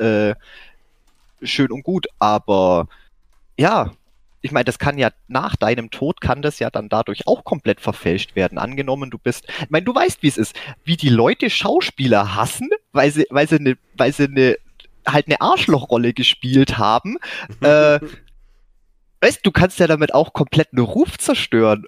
schön und gut, aber ja, ich meine, das kann ja nach deinem Tod kann das ja dann dadurch auch komplett verfälscht werden. Angenommen, du bist, ich meine, du weißt, wie es ist, wie die Leute Schauspieler hassen, weil sie eine halt eine Arschlochrolle gespielt haben. Äh, weißt, du kannst ja damit auch komplett einen Ruf zerstören.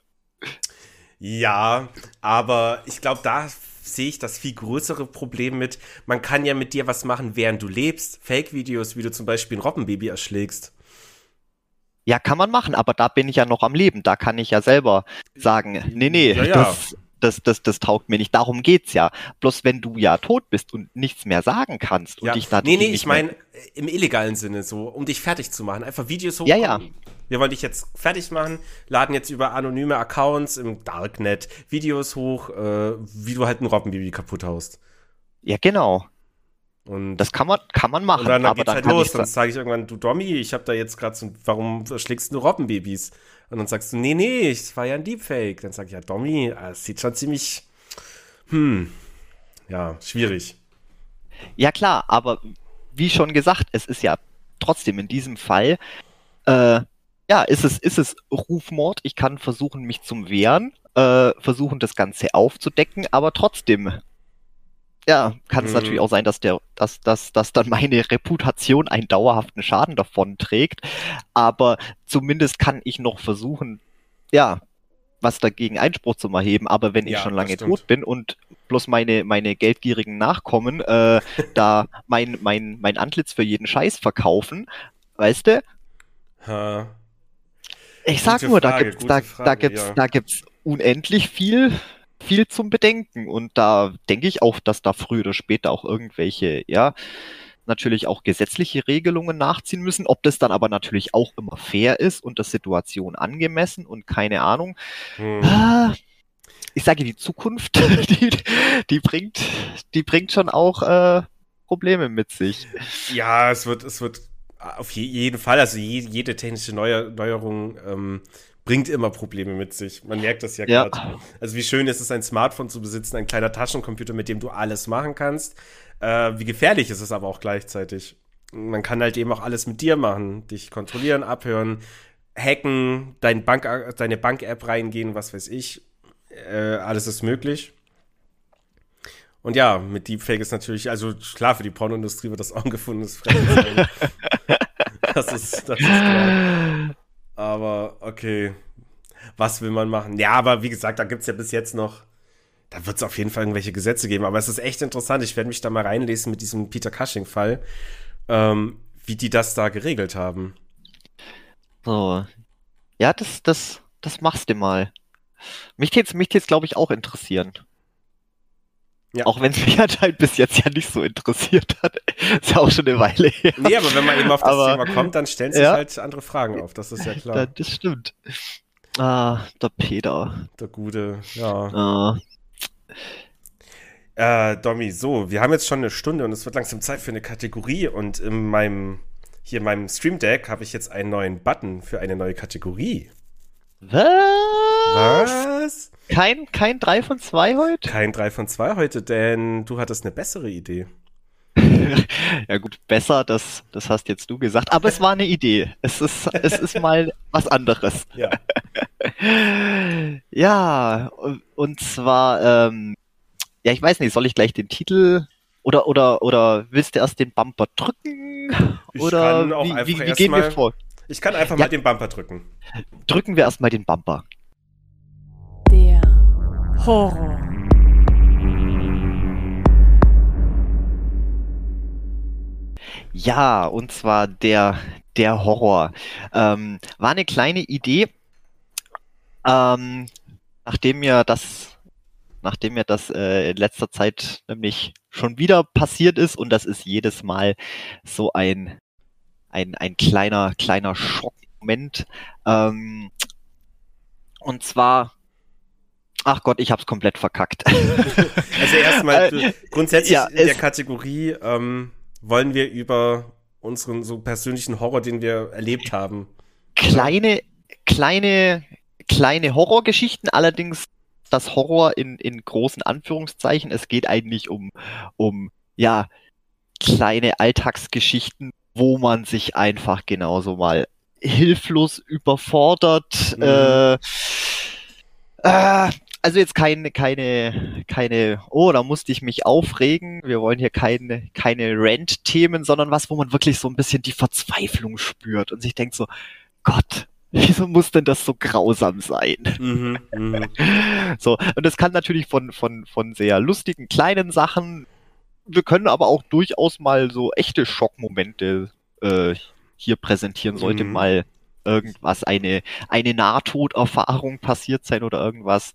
Ja, aber ich glaube, da sehe ich das viel größere Problem mit, man kann ja mit dir was machen, während du lebst. Fake-Videos, wie du zum Beispiel ein Robbenbaby erschlägst. Ja, kann man machen, aber da bin ich ja noch am Leben. Da kann ich ja selber sagen, nee, Ja, ja. das taugt mir nicht. Darum geht's ja. Bloß wenn du ja tot bist und nichts mehr sagen kannst und Ja, dich nee, dadurch ich nicht mehr. meine im illegalen Sinne so, um dich fertig zu machen. Einfach Videos Ja, ja, hochkommen. Wir wollen dich jetzt fertig machen, laden jetzt über anonyme Accounts im Darknet Videos hoch, wie du halt ein Robbenbaby kaputt haust. ja, genau. Und, Das kann man und machen, dann aber geht's dann halt kann los. ich Dann sagen, sage ich irgendwann, du Dommy, ich habe da jetzt gerade so, warum schlägst du Robbenbabys? Und dann sagst du, nee, es war ja ein Deepfake. Dann sag ich, ja, Dommy, es sieht schon ziemlich, ja, schwierig. ja klar, aber wie schon gesagt, es ist ja trotzdem in diesem Fall, äh, ja, ist es Rufmord. Ich kann versuchen, mich zum wehren, versuchen, das Ganze aufzudecken, aber trotzdem, ja, kann es natürlich Hm, auch sein, dass dann meine Reputation einen dauerhaften Schaden davon trägt. Aber zumindest kann ich noch versuchen, ja, was dagegen Einspruch zu erheben. Aber wenn ich ja, schon das lange stimmt. tot bin und bloß meine geldgierigen Nachkommen da mein Antlitz für jeden Scheiß verkaufen, weißt du, Ha, ich sag nur, gute Frage, ja. da gibt's unendlich viel zum Bedenken. Und da denke ich auch, dass da früher oder später auch irgendwelche, ja, natürlich auch gesetzliche Regelungen nachziehen müssen. Ob das dann aber natürlich auch immer fair ist und der Situation angemessen und keine Ahnung. Hm. Ah, ich sage, die Zukunft, die bringt schon auch Probleme mit sich. Ja, es wird auf jeden Fall, also jede technische Neuerung bringt immer Probleme mit sich. Man merkt das ja Ja. gerade. Also wie schön ist es, ein Smartphone zu besitzen, ein kleiner Taschencomputer, mit dem du alles machen kannst. Wie gefährlich ist es aber auch gleichzeitig. Man kann halt eben auch alles mit dir machen. Dich kontrollieren, abhören, hacken, deine Bank-App reingehen, was weiß ich. Alles ist möglich. Und ja, mit Deepfake ist natürlich, also klar, für die Pornoindustrie wird das auch ein gefundenes Fressen sein. Das ist klar. Aber okay, was will man machen? Ja, aber wie gesagt, da gibt's ja bis jetzt noch, da wird es auf jeden Fall irgendwelche Gesetze geben. Aber es ist echt interessant. Ich werde mich da mal reinlesen mit diesem Peter Cushing-Fall, wie die das da geregelt haben. So. Ja, das machst du mal. Mich tät's, glaube ich, auch interessieren. Ja. Auch wenn es mich anscheinend bis jetzt ja nicht so interessiert hat. Ist ja auch schon eine Weile her. Nee, aber wenn man eben auf das Aber, Thema kommt, dann stellen sich ja. halt andere Fragen auf. Das ist ja klar. Das stimmt. Ah, der Peter. Der Gute, ja. Ah. Domi, so, wir haben jetzt schon eine Stunde und es wird langsam Zeit für eine Kategorie und in meinem Stream Deck habe ich jetzt einen neuen Button für eine neue Kategorie. Was? Kein 3 von 2 heute? Kein 3 von 2 heute, denn du hattest eine bessere Idee. Ja gut, besser, das hast jetzt du gesagt, aber es war eine Idee. Es ist mal was anderes. Ja. Ja, und zwar, ja, ich weiß nicht, soll ich gleich den Titel oder willst du erst den Bumper drücken? Oder kann auch wie einfach gehen wir erstmal- vor? Ich kann einfach Ja. mal den Bumper drücken. Drücken wir erstmal den Bumper. Der Horror. Ja, und zwar der Horror. War eine kleine Idee, nachdem mir das in letzter Zeit nämlich schon wieder passiert ist, und das ist jedes Mal so ein kleiner Schockmoment. Und zwar, ach Gott, ich hab's komplett verkackt. Also erstmal grundsätzlich ja, in der Kategorie wollen wir über unseren so persönlichen Horror, den wir erlebt haben. Kleine Horrorgeschichten, allerdings das Horror in großen Anführungszeichen. Es geht eigentlich um ja, kleine Alltagsgeschichten, wo man sich einfach genauso mal hilflos überfordert. Also jetzt keine, oh, da musste ich mich aufregen. Wir wollen hier keine Rant-Themen, sondern was, wo man wirklich so ein bisschen die Verzweiflung spürt und sich denkt so, Gott, wieso muss denn das so grausam sein? So, und das kann natürlich von sehr lustigen kleinen Sachen, wir können aber auch durchaus mal so echte Schockmomente hier präsentieren, sollte mal irgendwas, eine Nahtoderfahrung passiert sein oder irgendwas.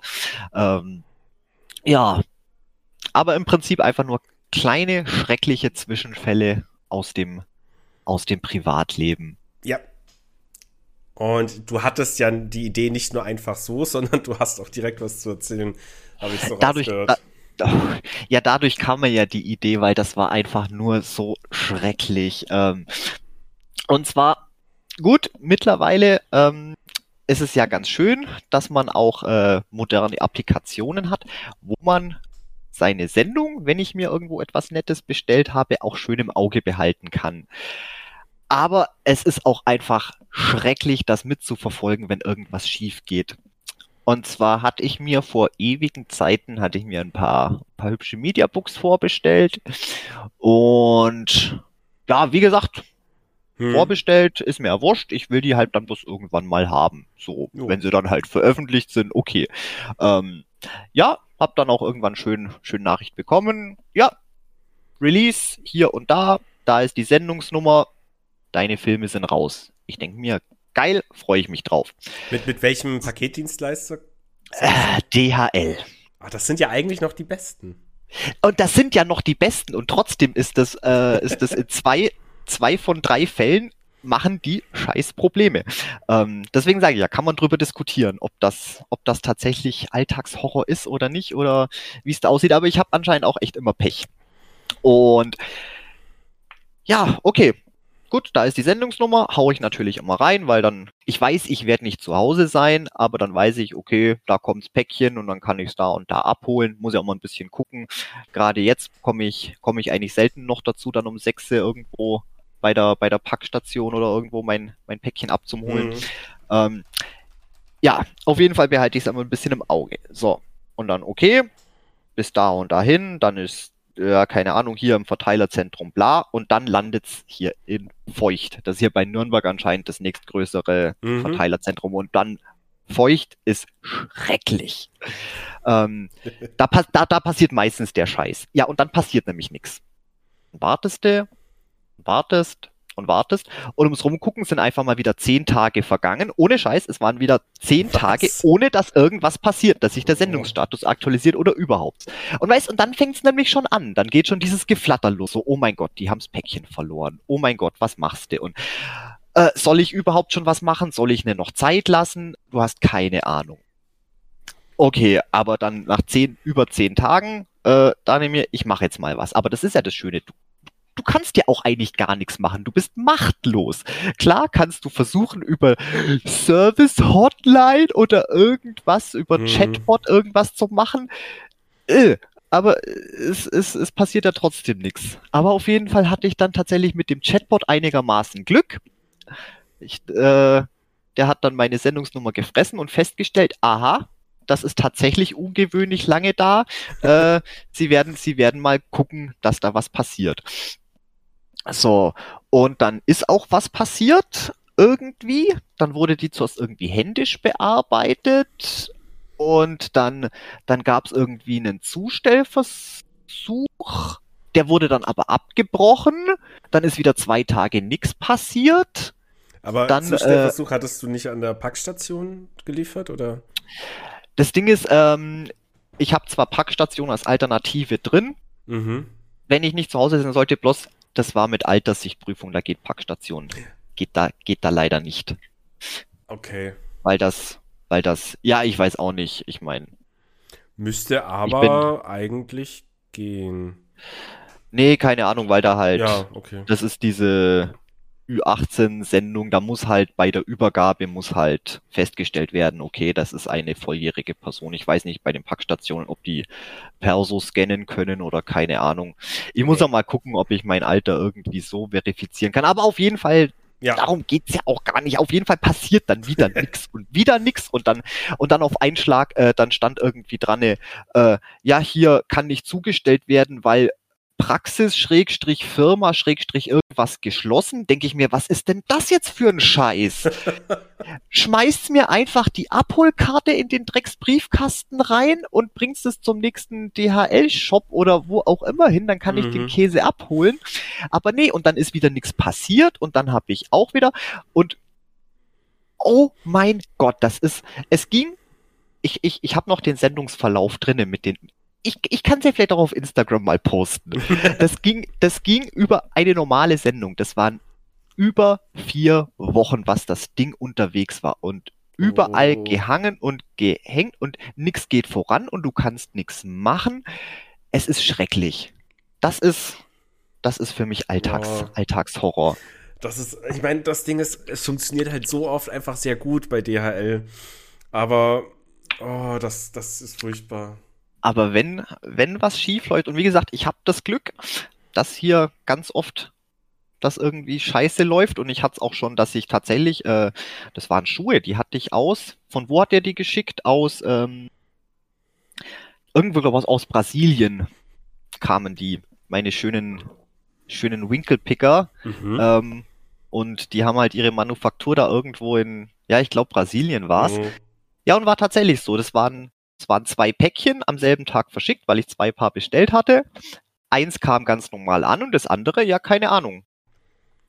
Ja, aber im Prinzip einfach nur kleine, schreckliche Zwischenfälle aus dem Privatleben. Ja. Und du hattest ja die Idee nicht nur einfach so, sondern du hast auch direkt was zu erzählen, habe ich so rausgehört. Ja, dadurch kam mir ja die Idee, weil das war einfach nur so schrecklich. Und zwar, gut, mittlerweile ist es ja ganz schön, dass man auch moderne Applikationen hat, wo man seine Sendung, wenn ich mir irgendwo etwas Nettes bestellt habe, auch schön im Auge behalten kann. Aber es ist auch einfach schrecklich, das mitzuverfolgen, wenn irgendwas schief geht. Und zwar hatte ich mir vor ewigen Zeiten ein paar hübsche Mediabooks vorbestellt. Und ja, wie gesagt, vorbestellt, ist mir ja wurscht, ich will die halt dann bloß irgendwann mal haben. So, wenn sie dann halt veröffentlicht sind, okay. Ja, hab dann auch irgendwann schön Nachricht bekommen. Ja, Release hier und da ist die Sendungsnummer, deine Filme sind raus. Ich denke mir, geil, freue ich mich drauf. Mit welchem Paketdienstleister? DHL. Ach, das sind ja eigentlich noch die besten. Und das sind ja noch die besten und trotzdem ist das in zwei von 3 Fällen machen die scheiß Probleme. Deswegen sage ich ja, kann man drüber diskutieren, ob das tatsächlich Alltagshorror ist oder nicht oder wie es da aussieht. Aber ich habe anscheinend auch echt immer Pech. Und ja, okay. Gut, da ist die Sendungsnummer, haue ich natürlich immer rein, weil dann, ich weiß, ich werde nicht zu Hause sein, aber dann weiß ich, okay, da kommt's Päckchen und dann kann ich es da und da abholen, muss ja auch mal ein bisschen gucken. Gerade jetzt komme ich eigentlich selten noch dazu, dann um 6 irgendwo bei der Packstation oder irgendwo mein Päckchen abzuholen. Ja, auf jeden Fall behalte ich es einmal ein bisschen im Auge. So, und dann okay, bis da und dahin, dann ist keine Ahnung, hier im Verteilerzentrum bla und dann landet's hier in Feucht. Das ist hier bei Nürnberg anscheinend das nächstgrößere Verteilerzentrum und dann Feucht ist schrecklich. Da passiert meistens der Scheiß. Ja, und dann passiert nämlich nichts. Wartest und ums Rumgucken sind einfach mal wieder 10 Tage vergangen. Ohne Scheiß, es waren wieder 10 Tage, ohne dass irgendwas passiert, dass sich der Sendungsstatus aktualisiert oder überhaupt. Und dann fängt es nämlich schon an. Dann geht schon dieses Geflatter los. So, oh mein Gott, die haben's Päckchen verloren. Oh mein Gott, was machst du? Und soll ich überhaupt schon was machen? Soll ich mir noch Zeit lassen? Du hast keine Ahnung. Okay, aber dann nach über 10 Tagen, ich mache jetzt mal was. Aber das ist ja das Schöne. Du kannst ja auch eigentlich gar nichts machen. Du bist machtlos. Klar kannst du versuchen, über Service-Hotline oder irgendwas, über Chatbot irgendwas zu machen. Aber es passiert ja trotzdem nichts. Aber auf jeden Fall hatte ich dann tatsächlich mit dem Chatbot einigermaßen Glück. Der hat dann meine Sendungsnummer gefressen und festgestellt, aha, das ist tatsächlich ungewöhnlich lange da. Sie werden mal gucken, dass da was passiert. So, und dann ist auch was passiert, irgendwie. Dann wurde die zuerst irgendwie händisch bearbeitet und dann gab es irgendwie einen Zustellversuch. Der wurde dann aber abgebrochen. Dann ist wieder 2 Tage nichts passiert. Aber dann, Zustellversuch hattest du nicht an der Packstation geliefert, oder? Das Ding ist, ich habe zwar Packstation als Alternative drin. Wenn ich nicht zu Hause sein sollte, bloß das war mit Alterssichtprüfung, da geht Packstation. Geht da leider nicht. Okay. Weil das, ja, ich weiß auch nicht, ich meine. Müsste aber eigentlich gehen. Nee, keine Ahnung, weil da halt, ja, okay. Das ist diese Ü18-Sendung, da muss halt bei der Übergabe festgestellt werden, okay, das ist eine volljährige Person. Ich weiß nicht bei den Packstationen, ob die Perso scannen können oder keine Ahnung. Ich muss auch mal gucken, ob ich mein Alter irgendwie so verifizieren kann. Aber auf jeden Fall, darum geht's ja auch gar nicht. Auf jeden Fall passiert dann wieder nichts und wieder nichts und dann auf einen Schlag, dann stand irgendwie dran, ja, hier kann nicht zugestellt werden, weil Praxis, Firma, irgendwas geschlossen, denke ich mir, was ist denn das jetzt für ein Scheiß? Schmeißt mir einfach die Abholkarte in den Drecksbriefkasten rein und bringst es zum nächsten DHL-Shop oder wo auch immer hin, dann kann ich den Käse abholen. Aber nee, und dann ist wieder nichts passiert und dann habe ich auch wieder und oh mein Gott, ich habe noch den Sendungsverlauf drinne mit den ich kann es ja vielleicht auch auf Instagram mal posten. Das ging über eine normale Sendung. Das waren über 4 Wochen, was das Ding unterwegs war und überall gehangen und gehängt und nichts geht voran und du kannst nichts machen. Es ist schrecklich. Das ist für mich Alltagshorror. Ich meine, das Ding ist, es funktioniert halt so oft einfach sehr gut bei DHL. Aber, das ist furchtbar. Aber wenn was schief läuft, und wie gesagt, ich habe das Glück, dass hier ganz oft das irgendwie scheiße läuft und ich hatte es auch schon, dass ich tatsächlich, das waren Schuhe, die hatte ich von wo hat der die geschickt? Irgendwo, glaube ich, aus Brasilien kamen die, meine schönen Winkelpicker, und die haben halt ihre Manufaktur da irgendwo ich glaube Brasilien war es. Ja, und war tatsächlich so, es waren 2 Päckchen am selben Tag verschickt, weil ich 2 Paar bestellt hatte. Eins kam ganz normal an und das andere, ja, keine Ahnung.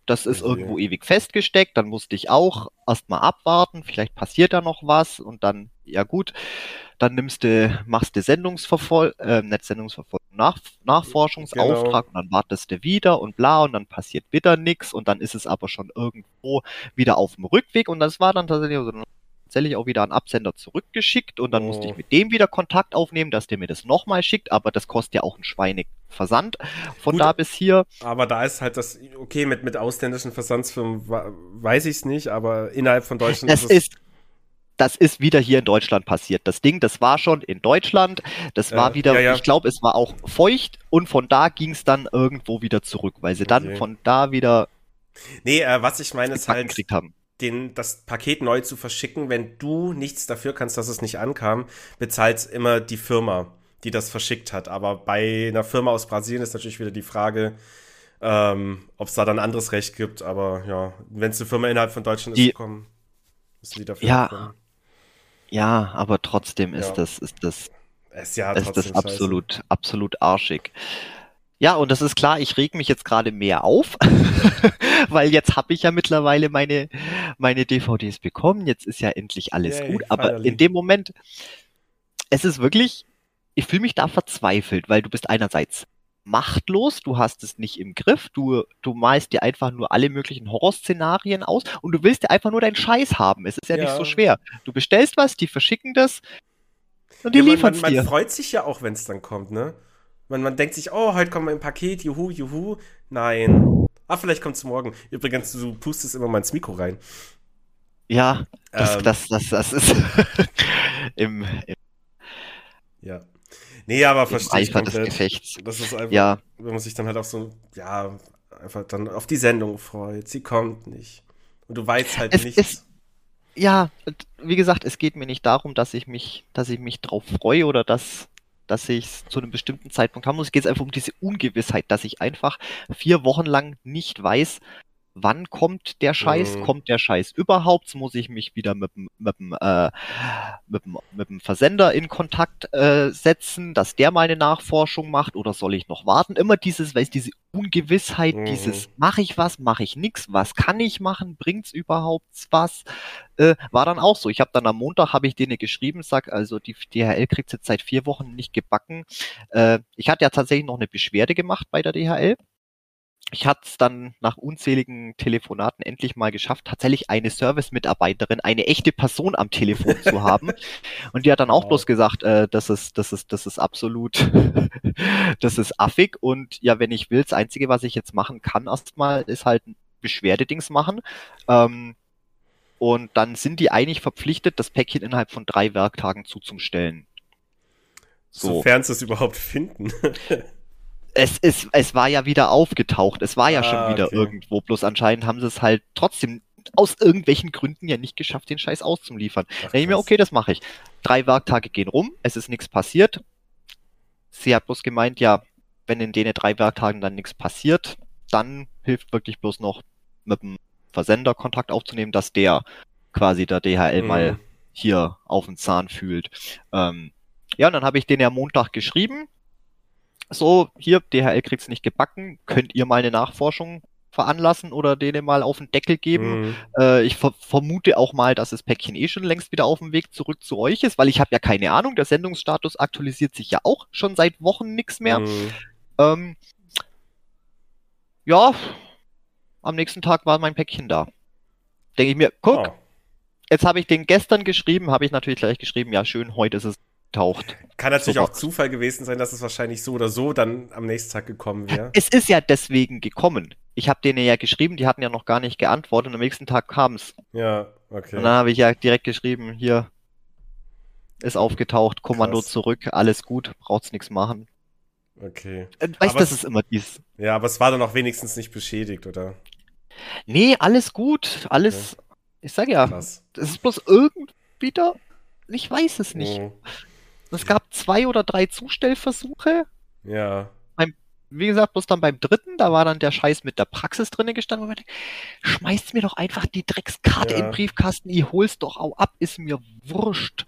Das ist Okay. irgendwo ewig festgesteckt, dann musste ich auch erstmal abwarten, vielleicht passiert da noch was und dann, ja gut, dann machst du nicht Sendungsverfolgung, Nachforschungsauftrag Genau. und dann wartest du wieder und bla und dann passiert wieder nichts und dann ist es aber schon irgendwo wieder auf dem Rückweg und das war dann tatsächlich auch wieder an Absender zurückgeschickt und dann musste ich Oh. mit dem wieder Kontakt aufnehmen, dass der mir das nochmal schickt, aber das kostet ja auch einen Schweineversand von Gut, da bis hier. aber da ist halt das, okay, mit ausländischen Versandsfirmen weiß ich es nicht, aber innerhalb von Deutschland Das ist es, das ist wieder hier in Deutschland passiert. Das Ding, das war schon in Deutschland, das war ja, wieder, ich ja, glaube, es war auch feucht und von da ging es dann irgendwo wieder zurück, weil sie dann okay. von da wieder Nee, was ich meine ist gebacken halt, gekriegt haben. das Paket neu zu verschicken, wenn du nichts dafür kannst, dass es nicht ankam, bezahlt immer die Firma, die das verschickt hat. Aber bei einer Firma aus Brasilien ist natürlich wieder die Frage, ob es da dann ein anderes Recht gibt. Aber ja, wenn es eine Firma innerhalb von Deutschland Die, ist, müssen die dafür ja, aufkommen. ja, aber trotzdem Ja, ist ja ist das trotzdem scheiße. absolut arschig. Ja, und das ist klar, ich reg mich jetzt gerade mehr auf, weil jetzt habe ich ja mittlerweile meine DVDs bekommen, jetzt ist ja endlich alles Yay, gut, aber in finally. dem Moment, es ist wirklich, ich fühle mich da verzweifelt, weil du bist einerseits machtlos, du hast es nicht im Griff, du malst dir einfach nur alle möglichen Horrorszenarien aus und du willst dir einfach nur deinen Scheiß haben. Es ist ja nicht so Ja. schwer. Du bestellst was, die verschicken das und die Ja, liefern es man dir. freut sich ja auch, wenn es dann kommt, ne? Man denkt sich, oh, heute kommt mein Paket, juhu, juhu. Nein. Vielleicht kommt es morgen. Übrigens, du pustest immer mal ins Mikro rein. Ja, Ähm, das ist im ja. Nee, aber im verstehe ich Eifer des komplett. Gefechts. Das ist einfach, Ja, wenn man sich dann halt auch so, ja, einfach dann auf die Sendung freut. Sie kommt nicht. Und du weißt halt es ist, nichts. ja, wie gesagt, es geht mir nicht darum, dass ich mich drauf freue oder dass ich es zu einem bestimmten Zeitpunkt haben muss. Es geht einfach um diese Ungewissheit, dass ich einfach 4 Wochen lang nicht weiß, wann Hm, kommt der Scheiß überhaupt? Muss ich mich wieder mit dem Versender in Kontakt setzen, dass der mal eine Nachforschung macht oder soll ich noch warten? Immer diese Ungewissheit, mhm. mache ich was, mache ich nichts, was kann ich machen, bringt's überhaupt was? War dann auch so. Ich habe dann am Montag, habe ich denen geschrieben, sag, also die DHL kriegt jetzt seit 4 Wochen nicht gebacken. Ich hatte ja tatsächlich noch eine Beschwerde gemacht bei der DHL. Ich hatte es dann nach unzähligen Telefonaten endlich mal geschafft, tatsächlich eine Service-Mitarbeiterin, eine echte Person am Telefon zu haben. Und die hat dann auch bloß Wow. gesagt, das ist absolut, das ist affig. Und ja, wenn ich will, das Einzige, was ich jetzt machen kann erstmal, ist halt ein Beschwerdedings machen. Ähm, und dann sind die eigentlich verpflichtet, das Päckchen innerhalb von 3 Werktagen zuzustellen. So. Sofern sie es überhaupt finden. Es war ja wieder aufgetaucht. Es war ja schon wieder Okay. irgendwo. Bloß anscheinend haben sie es halt trotzdem aus irgendwelchen Gründen ja nicht geschafft, den Scheiß auszuliefern. Da Ach, denke ich mir, krass. okay, das mache ich. 3 Werktage gehen rum, es ist nichts passiert. Sie hat bloß gemeint, ja, wenn in den 3 Werktagen dann nichts passiert, dann hilft wirklich bloß noch mit dem Versender Kontakt aufzunehmen, dass der quasi der DHL mal Hm. hier auf den Zahn fühlt. Ja, und dann habe ich den ja Montag geschrieben. So, hier, DHL kriegt's nicht gebacken, könnt ihr mal eine Nachforschung veranlassen oder denen mal auf den Deckel geben? Hm. Ich vermute auch mal, dass das Päckchen eh schon längst wieder auf dem Weg zurück zu euch ist, weil ich habe ja keine Ahnung, der Sendungsstatus aktualisiert sich ja auch schon seit Wochen nichts mehr. Hm. Ähm, ja, am nächsten Tag war mein Päckchen da. Denke ich mir, guck, Oh. jetzt habe ich den gestern geschrieben, habe ich natürlich gleich geschrieben, ja schön, heute ist es getaucht. Kann natürlich Super. auch Zufall gewesen sein, dass es wahrscheinlich so oder so dann am nächsten Tag gekommen wäre. Es ist ja deswegen gekommen. Ich habe denen ja geschrieben, die hatten ja noch gar nicht geantwortet und am nächsten Tag kam's. Ja, Und okay. dann habe ich ja direkt geschrieben, hier ist aufgetaucht, Kommando Krass. zurück, alles gut, braucht's nichts machen. Okay. Weißt Aber das ist immer dies. ja, aber es war dann auch wenigstens nicht beschädigt, oder? Nee, alles gut, Okay. alles, ich sag ja, Krass. es ist bloß irgendwie da, ich weiß es nicht. Hm. Es gab 2 oder 3 Zustellversuche. Ja. Wie gesagt, bloß dann beim dritten, da war dann der Scheiß mit der Praxis drinne gestanden, wo man denkt, schmeißt mir doch einfach die Dreckskarte in den Ja. Briefkasten, ich hol's doch auch ab, ist mir wurscht.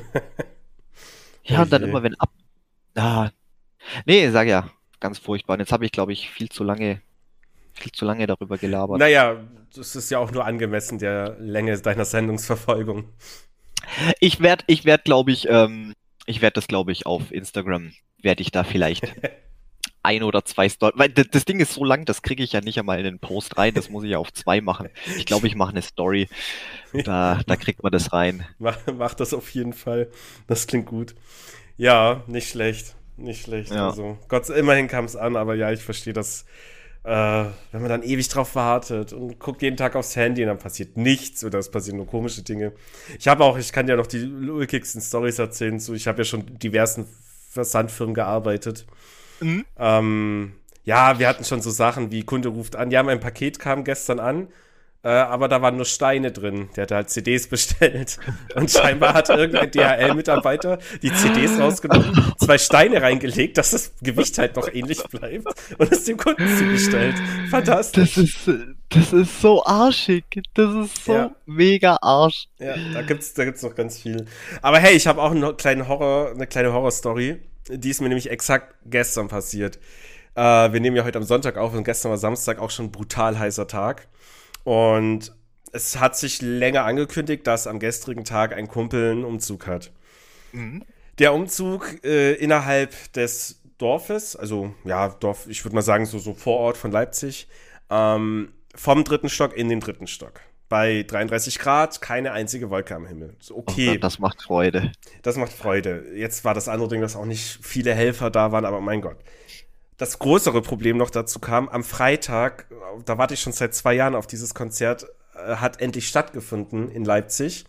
Oh Ja, und dann je. immer, wenn ab. Ah, nee, sag ja, ganz furchtbar. Und jetzt habe ich, glaube ich, viel zu lange viel zu lange darüber gelabert. Naja, das ist ja auch nur angemessen der Länge deiner Sendungsverfolgung. Ich werde, glaube ich, das, glaube ich, auf Instagram, werde ich da vielleicht 1 oder 2 Stories, weil das Ding ist so lang, das kriege ich ja nicht einmal in den Post rein, das muss ich ja auf 2 machen. Ich glaube, ich mache eine Story, da kriegt man das rein. Mach das auf jeden Fall. Das klingt gut. Ja, nicht schlecht. Nicht schlecht. Ja. Also, Gott, immerhin kam es an, aber ja, ich verstehe das. Wenn man dann ewig drauf wartet und guckt jeden Tag aufs Handy und dann passiert nichts oder es passieren nur komische Dinge. Ich kann ja noch die ulkigsten Storys erzählen. So, ich habe ja schon diversen Versandfirmen gearbeitet. Mhm. Ja, wir hatten schon so Sachen wie Kunde ruft an. Ja, mein Paket kam gestern an, aber da waren nur Steine drin. Der hatte halt CDs bestellt. Und scheinbar hat irgendein DHL-Mitarbeiter die CDs rausgenommen, 2 Steine reingelegt, dass das Gewicht halt noch ähnlich bleibt und es dem Kunden zugestellt. Fantastisch. Das ist so arschig. Das ist so mega arsch. Ja, da gibt's noch ganz viel. Aber hey, ich habe auch eine kleine Horror-Story. Die ist mir nämlich exakt gestern passiert. Wir nehmen ja heute am Sonntag auf und gestern war Samstag auch schon ein brutal heißer Tag. Und es hat sich länger angekündigt, dass am gestrigen Tag ein Kumpel einen Umzug hat. Mhm. Der Umzug innerhalb des Dorfes, also ja, Dorf, ich würde mal sagen, so Vorort von Leipzig, vom 3. Stock in den 3. Stock. Bei 33 Grad, keine einzige Wolke am Himmel. So, okay. Oh, das macht Freude. Das macht Freude. Jetzt war das andere Ding, dass auch nicht viele Helfer da waren, aber mein Gott. Das größere Problem noch dazu kam, am Freitag, da warte ich schon seit 2 Jahren auf dieses Konzert, hat endlich stattgefunden in Leipzig.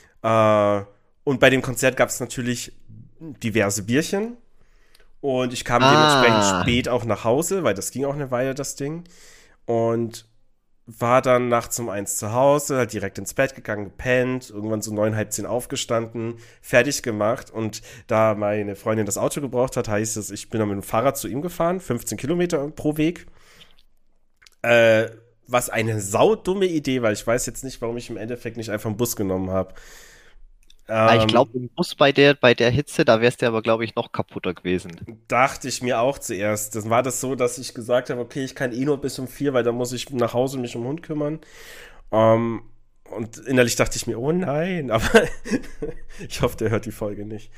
Und bei dem Konzert gab es natürlich diverse Bierchen. Und ich kam dementsprechend spät auch nach Hause, weil das ging auch eine Weile, das Ding. Und war dann nachts um 1 zu Hause, halt direkt ins Bett gegangen, gepennt, irgendwann so 9, halb 10 aufgestanden, fertig gemacht. Und da meine Freundin das Auto gebraucht hat, heißt es, ich bin dann mit dem Fahrrad zu ihm gefahren, 15 Kilometer pro Weg. Was eine saudumme Idee war. Ich weiß jetzt nicht, warum ich im Endeffekt nicht einfach einen Bus genommen habe. Ich glaube, im Bus bei der Hitze, da wärst du aber, glaube ich, noch kaputter gewesen. Dachte ich mir auch zuerst. Dann war das so, dass ich gesagt habe, okay, ich kann nur bis um 4, weil dann muss ich nach Hause mich um den Hund kümmern. Und innerlich dachte ich mir, oh nein, aber ich hoffe, der hört die Folge nicht.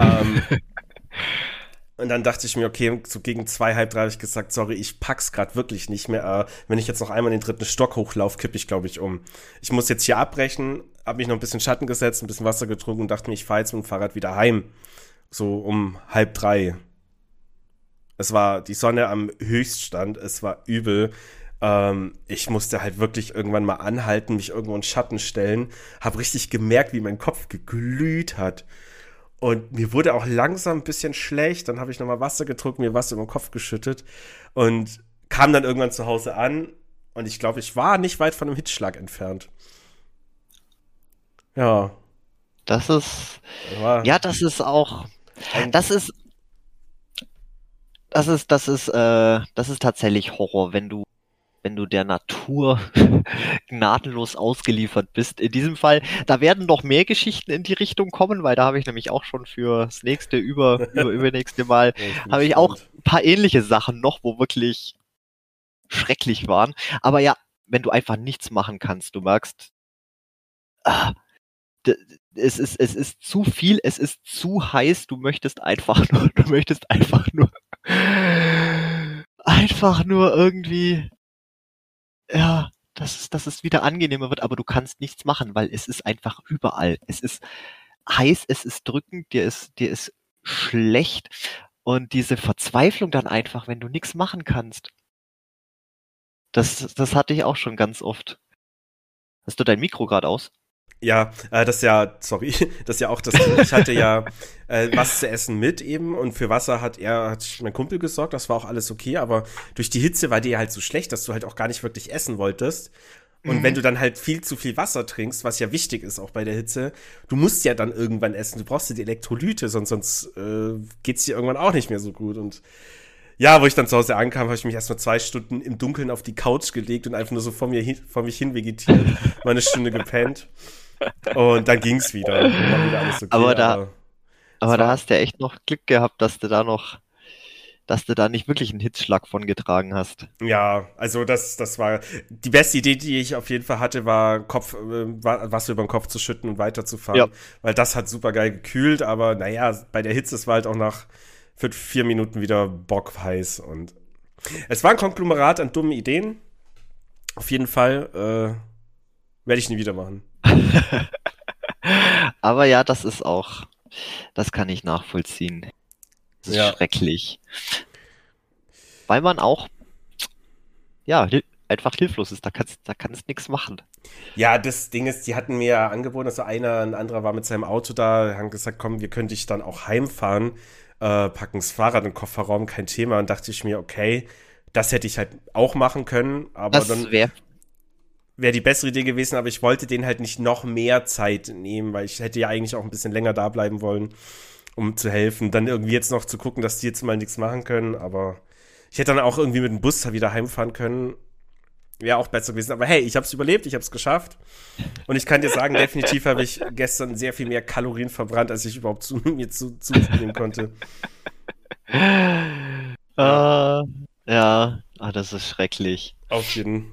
Und dann dachte ich mir, okay, so gegen 2, halb 3 habe ich gesagt, sorry, ich pack's gerade wirklich nicht mehr. Wenn ich jetzt noch einmal in den 3. Stock hochlaufe, kippe ich, glaube ich, um. Ich muss jetzt hier abbrechen, habe mich noch ein bisschen Schatten gesetzt, ein bisschen Wasser getrunken und dachte mir, ich fahre jetzt mit dem Fahrrad wieder heim. So um 2:30. Es war die Sonne am Höchststand, es war übel. Ich musste halt wirklich irgendwann mal anhalten, mich irgendwo in Schatten stellen. Habe richtig gemerkt, wie mein Kopf geglüht hat. Und mir wurde auch langsam ein bisschen schlecht. Dann habe ich nochmal Wasser getrunken, mir Wasser über den Kopf geschüttet und kam dann irgendwann zu Hause an. Und ich glaube, ich war nicht weit von einem Hitzschlag entfernt. Ja. Das ist auch. Das ist tatsächlich Horror, wenn du der Natur gnadenlos ausgeliefert bist. In diesem Fall, da werden noch mehr Geschichten in die Richtung kommen, weil da habe ich nämlich auch schon für das nächste, übernächste Mal, habe ich auch ein paar ähnliche Sachen noch, wo wirklich schrecklich waren. Aber ja, wenn du einfach nichts machen kannst, du merkst, es ist zu viel, es ist zu heiß, du möchtest einfach nur irgendwie, ja, dass es wieder angenehmer wird, aber du kannst nichts machen, weil es ist einfach überall. Es ist heiß, es ist drückend, dir ist schlecht und diese Verzweiflung dann einfach, wenn du nichts machen kannst. Das hatte ich auch schon ganz oft. Hast du dein Mikro gerade aus? Ja, das ist ja auch das Ding. Ich hatte ja was zu essen mit eben und für Wasser hat mein Kumpel gesorgt, das war auch alles okay, aber durch die Hitze war dir halt so schlecht, dass du halt auch gar nicht wirklich essen wolltest. Und wenn du dann halt viel zu viel Wasser trinkst, was ja wichtig ist auch bei der Hitze, du musst ja dann irgendwann essen, du brauchst ja die Elektrolyte, sonst geht's dir irgendwann auch nicht mehr so gut. Und ja, wo ich dann zu Hause ankam, habe ich mich erstmal 2 Stunden im Dunkeln auf die Couch gelegt und einfach nur so vor mich hin vegetiert, mal eine Stunde gepennt. Und dann ging's wieder. War wieder alles okay, aber da hast du ja echt noch Glück gehabt, dass du da noch dass du da nicht wirklich einen Hitzschlag von getragen hast. Ja, also das war die beste Idee, die ich auf jeden Fall hatte, war Wasser über den Kopf zu schütten und weiterzufahren, Ja. weil das hat super geil gekühlt, aber naja, bei der Hitze, es war halt auch nach 4 Minuten wieder bockheiß und es war ein Konglomerat an dummen Ideen. Auf jeden Fall werde ich nie wieder machen. Aber ja, das kann ich nachvollziehen. Das ist Ja. schrecklich. Weil man auch, ja, einfach hilflos ist. Da kannst nichts machen. Ja, das Ding ist, die hatten mir ja angeboten, also ein anderer war mit seinem Auto da, haben gesagt, komm, wir können dich dann auch heimfahren, packen das Fahrrad in den Kofferraum, kein Thema. Und dachte ich mir, okay, das hätte ich halt auch machen können, aber Das dann wäre, wäre die bessere Idee gewesen, aber ich wollte denen halt nicht noch mehr Zeit nehmen, weil ich hätte ja eigentlich auch ein bisschen länger da bleiben wollen, um zu helfen. Dann irgendwie jetzt noch zu gucken, dass die jetzt mal nichts machen können, aber ich hätte dann auch irgendwie mit dem Bus wieder heimfahren können. Wäre auch besser gewesen. Aber hey, ich habe es überlebt, ich habe es geschafft. Und ich kann dir sagen, definitiv habe ich gestern sehr viel mehr Kalorien verbrannt, als ich überhaupt mir zunehmen konnte. ja, das ist schrecklich. Auf jeden.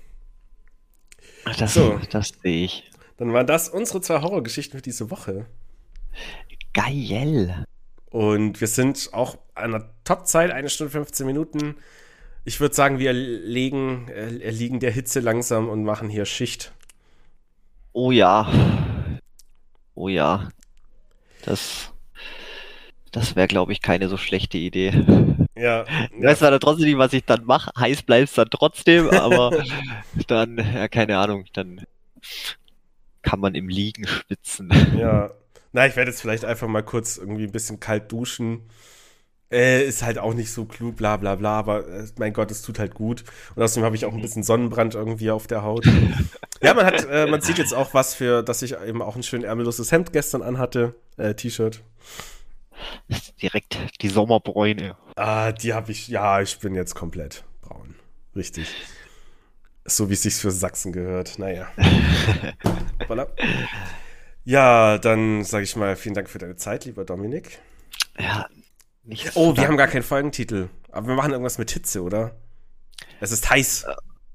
Das So. sehe ich. Dann waren das unsere 2 Horrorgeschichten für diese Woche. Geil. Und wir sind auch an einer Top-Zeit, 1 Stunde 15 Minuten. Ich würde sagen, wir erliegen der Hitze langsam und machen hier Schicht. Oh ja. Oh ja. Das wäre, glaube ich, keine so schlechte Idee. Ja, Ich weiß zwar dann trotzdem nicht, was ich dann mache. Heiß bleibt's dann trotzdem, aber dann, ja, keine Ahnung, dann kann man im Liegen schwitzen. ja. Na, ich werde jetzt vielleicht einfach mal kurz irgendwie ein bisschen kalt duschen. Ist halt auch nicht so klug, bla bla bla, aber mein Gott, es tut halt gut. Und außerdem habe ich auch ein bisschen Sonnenbrand irgendwie auf der Haut. Ja, man sieht jetzt auch dass ich eben auch ein schön ärmelloses Hemd gestern anhatte, T-Shirt. Direkt die Sommerbräune. Die habe ich, ja, ich bin jetzt komplett braun. Richtig. So wie es sich für Sachsen gehört. Naja. Voilà. Ja, dann sage ich mal vielen Dank für deine Zeit, lieber Dominik. Ja, nicht Oh, wir haben gar keinen Folgentitel. Aber wir machen irgendwas mit Hitze, oder? Es ist heiß.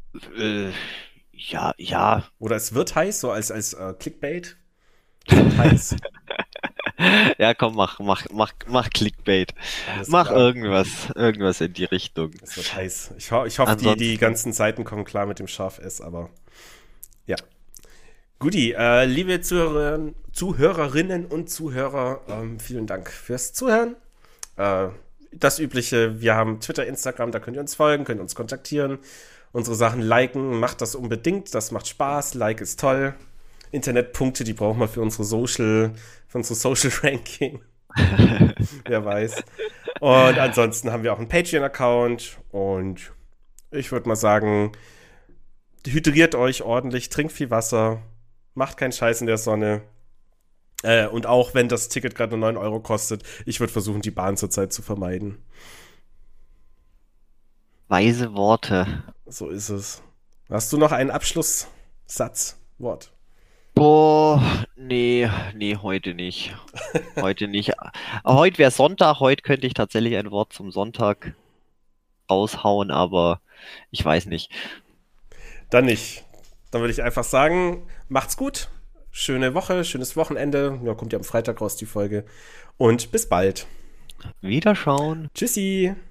ja. Oder es wird heiß, so als Clickbait. Es wird heiß. Ja, komm, mach Clickbait. Alles Mach klar. irgendwas in die Richtung. Es wird heiß. Ich hoffe, die Ansonsten- ganzen Seiten kommen klar mit dem Scharf-S, aber ja. Guti, liebe Zuhörerinnen und Zuhörer, vielen Dank fürs Zuhören. Das Übliche, wir haben Twitter, Instagram, da könnt ihr uns folgen, könnt uns kontaktieren, unsere Sachen liken, macht das unbedingt, das macht Spaß, Like ist toll. Internetpunkte, die brauchen wir für unsere Social Ranking. Wer weiß. Und ansonsten haben wir auch einen Patreon-Account und ich würde mal sagen, hydriert euch ordentlich, trinkt viel Wasser, macht keinen Scheiß in der Sonne. Und auch wenn das Ticket gerade nur 9 Euro kostet, ich würde versuchen, die Bahn zurzeit zu vermeiden. Weise Worte. So ist es. Hast du noch einen Abschlusssatz? Wort? Boah, nee, heute nicht. Heute nicht. Heute wäre Sonntag, heute könnte ich tatsächlich ein Wort zum Sonntag raushauen, aber ich weiß nicht. Dann nicht. Dann würde ich einfach sagen, macht's gut. Schöne Woche, schönes Wochenende. Ja, kommt ja am Freitag raus die Folge. Und bis bald. Wiederschauen. Tschüssi.